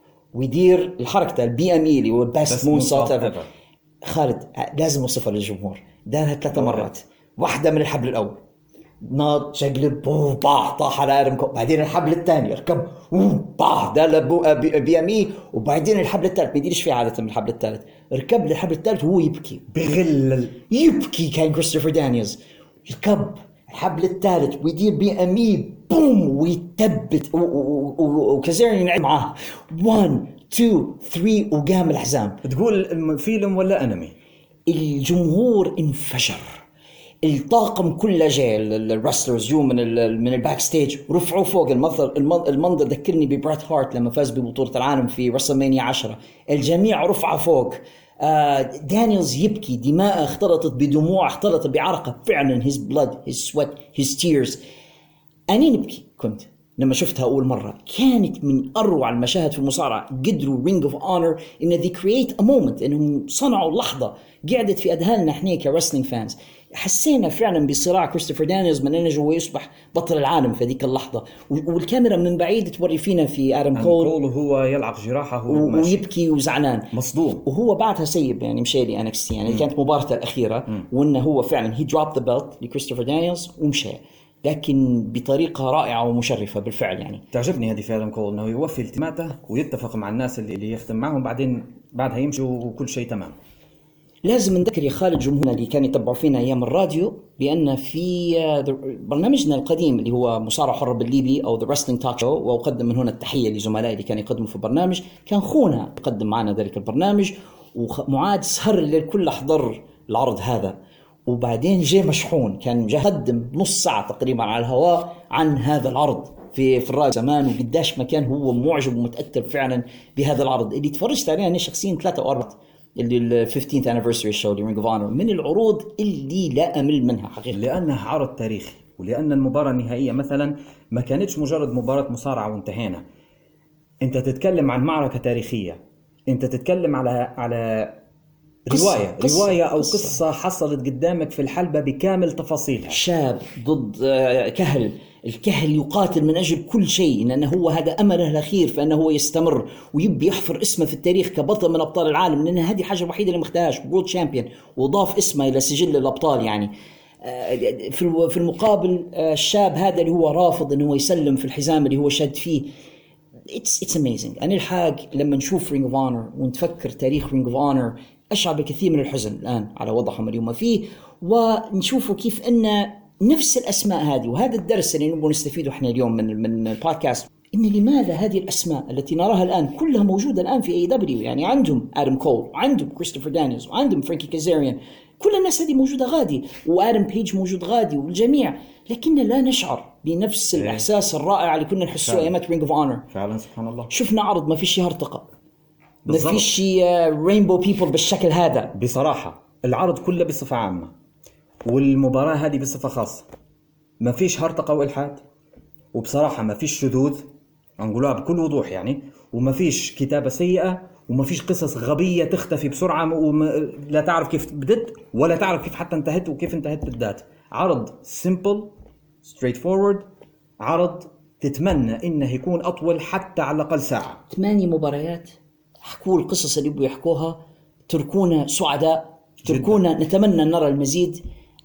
ويدير الحركة البي ام اي اللي هو الباست مون سات. خالد لازم نوصفها للجمهور، دارها 3 مرات. واحدة من الحبل الأول ناط شقلب طاح على آدم كول، بعدين الحبل الثاني ركب باح ده بي ام اي، وبعدين الحبل الثالث ما يديرش فيه عادة من الحبل الثالث، ركب للحبل الثالث وهو يبكي بغل يبكي. كان كريستوفر دانييلز ركب الحبل الثالث ويدير بي ام اي بوم ويتبت، وكازاريان يلعب معاه 1 2 3 وقام الحزام. تقول فيلم ولا انمي؟ الجمهور انفجر، الطاقم كله جاء، الرسلرز جو من الباك ستيج، رفعوا فوق المنظر ذكرني ببرات هارت لما فاز ببطولة العالم في رسلمانيا 10. الجميع رفع فوق. دانييلز يبكي، دماء اختلطت بدموع، اختلطت بعرقه، فعلا his blood his sweat his tears. أنا نبكي كنت لما شفتها أول مرة. كانت من أروع المشاهد في المصارعة. قدروا رينج اوف اونر إن they create a moment، إنهم صنعوا لحظة قعدت في أذهاننا إحنا كرسلينج فانز. حسينا فعلا بصراع كريستوفر دانييلز من أنه هو يصبح بطل العالم في ذيك اللحظة، والكاميرا من بعيد توري فينا في آدم كول وهو يلعق جراحه ويبكي وزعلان مصدوم، وهو بعدها سيب يعني مشي لي NXT، يعني كانت مباراته الأخيرة، وإنه هو فعلا he dropped the belt لكريستوفر دانييلز ومشي. لكن بطريقة رائعة ومشرفة بالفعل. يعني تعجبني هذه في آدم كول انه يوفي التزاماته ويتفق مع الناس اللي يخدم معهم، بعدها يمشوا وكل شيء تمام. لازم نذكر يا خالد جمهورنا اللي كانوا يتبعوا فينا ايام الراديو بان في برنامجنا القديم اللي هو مصارع حر بالليبي او ذا رستلينج توك شو، واقدم من هنا التحيه لزملائي اللي كانوا يقدموا في البرنامج، كان خونا يقدم معنا ذلك البرنامج، ومعاد سهر للكل حضر العرض هذا، وبعدين جاء مشحون كان يقدم نص ساعه تقريبا على الهواء عن هذا العرض في الراديو زمان، وقداش ما كان هو معجب ومتاثر فعلا بهذا العرض اللي تفرجت عليه انا شخصيا 3 أو 4 اللي ال 15th anniversary show لرينج اوف اونر، من العروض اللي لا امل منها حقيقة، لانه عرض تاريخي، ولان المباراه النهائيه مثلا ما كانتش مجرد مباراه مصارعه وانتهينا. انت تتكلم عن معركه تاريخيه، انت تتكلم على روايه او قصه حصلت قدامك في الحلبه بكامل تفاصيلها. شاب ضد كهل، الكهل يقاتل من أجل كل شيء، لأنه هو هذا أمله الأخير فأنه هو يستمر ويبي يحفر اسمه في التاريخ كبطل من أبطال العالم، لأن هذه الحاجة الوحيدة اللي مختهاش وورلد شامبيون، وضاف اسمه إلى سجل الأبطال. يعني في المقابل الشاب هذا اللي هو رافض أنه يسلم في الحزام اللي هو شد فيه. It's amazing. أنا الحاج لما نشوف Ring of Honor ونتفكر تاريخ Ring of Honor أشعر بكثير من الحزن الآن على وضعهم اليوم فيه، ونشوفوا كيف أن نفس الأسماء هذه، وهذا الدرس اللي نبغى نستفيده إحنا اليوم من البودكاست، إن لماذا هذه الأسماء التي نراها الآن كلها موجودة الآن في AEW. يعني عندهم آدم كول، وعندهم كريستوفر دانيلز، وعندهم فرانكي كازاريان، كل الناس هذه موجودة غادي، وآدم بيج موجود غادي، والجميع، لكننا لا نشعر بنفس الإحساس الرائع اللي كنا نحسه أيامات رينج اوف اونر. فعلا سبحان الله، شفنا عرض ما فيش هرطقة، ما فيش رينبو بيبل بالشكل هذا. بصراحة العرض كله بصفة عامة والمباراة هذه بصفة خاصة ما فيش هرطقة وإلحاد، وبصراحة ما فيش شذوذ، نقولها بكل وضوح يعني، وما فيش كتابة سيئة، وما فيش قصص غبية تختفي بسرعة لا تعرف كيف بدت ولا تعرف كيف حتى انتهت وكيف انتهت بالذات. عرض simple straight forward، عرض تتمنى إنه يكون أطول حتى على الأقل ساعة. 8 مباريات، حكوا القصص اللي يبغوا يحكوها، تركونا سعداء، تركونا نتمنى أن نرى المزيد.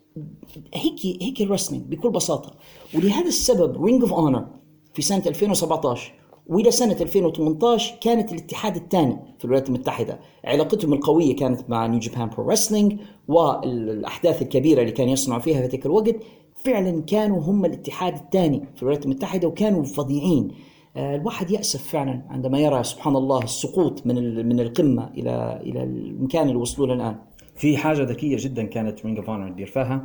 هيك الرسلينج بكل بساطة. ولهذا السبب رينج اوف اونر في سنة 2017 وإلى سنة 2018 كانت الاتحاد الثاني في الولايات المتحدة. علاقتهم القوية كانت مع نيو جابان برو رسلينج، والأحداث الكبيرة اللي كان يصنعوا فيها في ذلك الوقت فعلا كانوا هم الاتحاد الثاني في الولايات المتحدة، وكانوا فظيعين. الواحد يأسف فعلا عندما يرى سبحان الله السقوط من القمة إلى المكان اللي وصلوا له الآن. في حاجة ذكية جدا كانت رينج اوف اونر تدير فيها،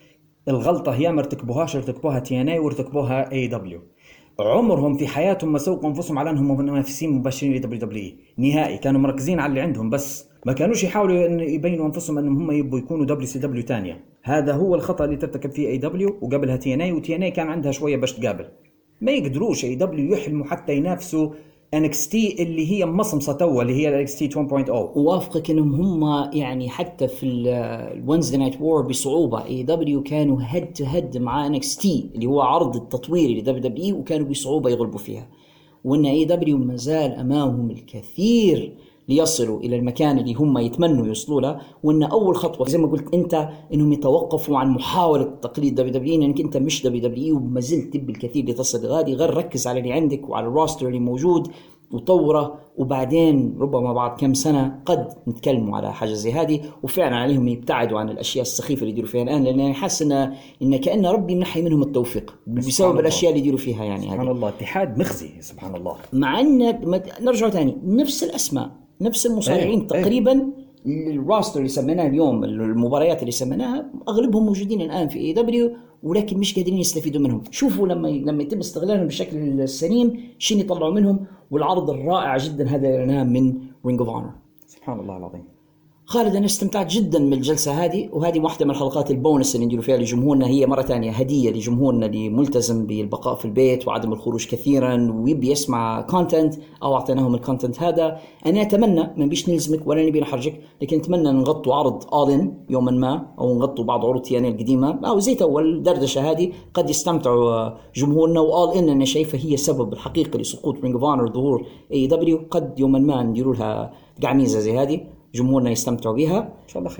الغلطة هي ما ارتكبوها TNA وارتكبوها AEW. عمرهم في حياتهم ما سوقوا انفسهم على انهم منافسين مباشرين لWWE نهائي، كانوا مركزين على اللي عندهم بس، ما كانوش يحاولوا ان يبينوا انفسهم انهم هم يبوا يكونوا WCW تانية. هذا هو الخطأ اللي ترتكب فيه AEW وقبلها TNA، وTNA كان عندها شوية باش تقابل. ما يقدروش AEW يحلموا حتى ينافسوا NXT اللي هي مصمصة توا، اللي هي NXT 2.0. وافقك انهم هم يعني حتى في الوينزداي نايت وور بصعوبة AEW كانوا هيد تو هيد مع NXT اللي هو عرض التطويري لWWE، وكانوا بصعوبة يغلبوا فيها. وان AEW ما زال امامهم الكثير ليصلوا الى المكان اللي هم يتمنوا يوصلوا له. وان اول خطوه زي ما قلت انت انهم يتوقفوا عن محاوله تقليد WWE، لانك انت مش WWE وما زلت تبي الكثير لتصل لغادي. غير ركز على اللي عندك وعلى الروستر اللي موجود وطوره، وبعدين ربما بعد كم سنه قد نتكلموا على حاجه زي هذه، وفعلا عليهم يبتعدوا عن الاشياء السخيفه اللي يديروا فيها الان، لان انا حاسس ان كأن ربي منحي منهم التوفيق بسبب الاشياء اللي يديروا فيها. يعني سبحان الله، اتحاد مخزي سبحان الله. مع ان نرجع ثاني نفس الاسماء نفس المصارعين تقريبا. الراستر اللي سميناه اليوم، المباريات اللي سميناها اغلبهم موجودين الان في AEW، ولكن مش قادرين يستفيدوا منهم. شوفوا لما يتم استغلالهم بالشكل السليم شين يطلعوا منهم، والعرض الرائع جدا هذا من رينج اوف اونر. سبحان الله العظيم. خالد أنا استمتعت جدا من الجلسة هذه، وهذه واحدة من الحلقات البونس اللي نديروا فيها لجمهورنا. هي مرة تانية هدية لجمهورنا اللي ملتزم بالبقاء في البيت وعدم الخروج كثيرا ويبي يسمع كونتنت، أو أعطيناهم الكونتنت هذا. أنا أتمنى ما بيش نلزمك ولا نبي نحرجك، لكن أتمنى نغطوا عرض آلين يوما ما، أو نغطوا بعض عروض TNA القديمة، أو زي أول دردشة هذه قد يستمتعوا جمهورنا. وآلين أنا شايفة هي سبب الحقيقي لسقوط رينج اوف اونر ظهور AEW. قد يوما ما نديروا لها قعميزة زي هذه جمهورنا يستمتعوا بها إن شاء الله خير.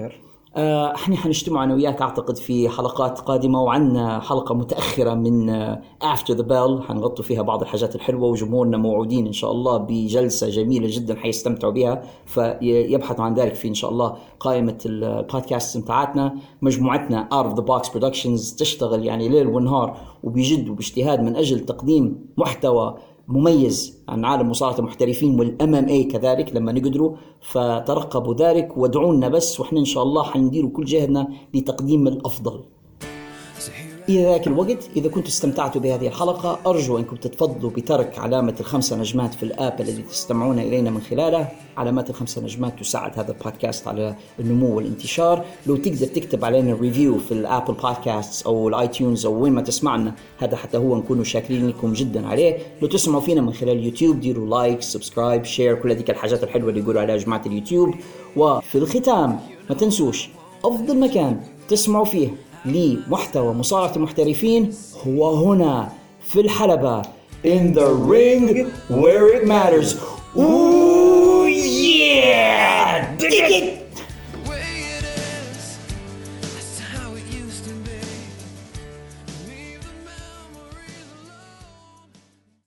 احنا حنجتمع انا وياك اعتقد في حلقات قادمه، وعندنا حلقه متاخره من After the Bell حنغطوا فيها بعض الحاجات الحلوه، وجمهورنا موعودين ان شاء الله بجلسه جميله جدا حيستمتعوا بها، فيبحثوا عن ذلك في ان شاء الله قائمه البودكاست بتاعتنا. مجموعتنا Out of the Box Productions تشتغل يعني ليل ونهار وبجد وباجتهاد من اجل تقديم محتوى مميز عن عالم مصارعة المحترفين والMMA كذلك لما نقدروا، فترقبوا ذلك وادعونا بس، وإحنا إن شاء الله حنديروا كل جهدنا لتقديم الأفضل. إلى ذاك الوقت إذا كنتوا استمتعتوا بهذه الحلقة أرجو أنكم تتفضلوا بترك علامة 5 نجمات في الآب الذي تستمعون إلينا من خلاله. علامات 5 نجمات تساعد هذا البودكاست على النمو والانتشار. لو تقدر تكتب علينا ريفيو في الآبل بودكاست أو الآيتيونز أو وين ما تسمعنا، هذا حتى هو نكونوا شاكرين لكم جدا عليه. لو تسمعوا فينا من خلال اليوتيوب ديروا لايك سبسكرايب شير، كل هذه الحاجات الحلوة اللي يقولوا عليها جماعة اليوتيوب. وفي الختام ما تنسوش أفضل مكان تسمعوا فيه لمحتوى مصارعة المحترفين هو هنا في الحلبة in the ring where it matters. Ooh yeah! Dig it!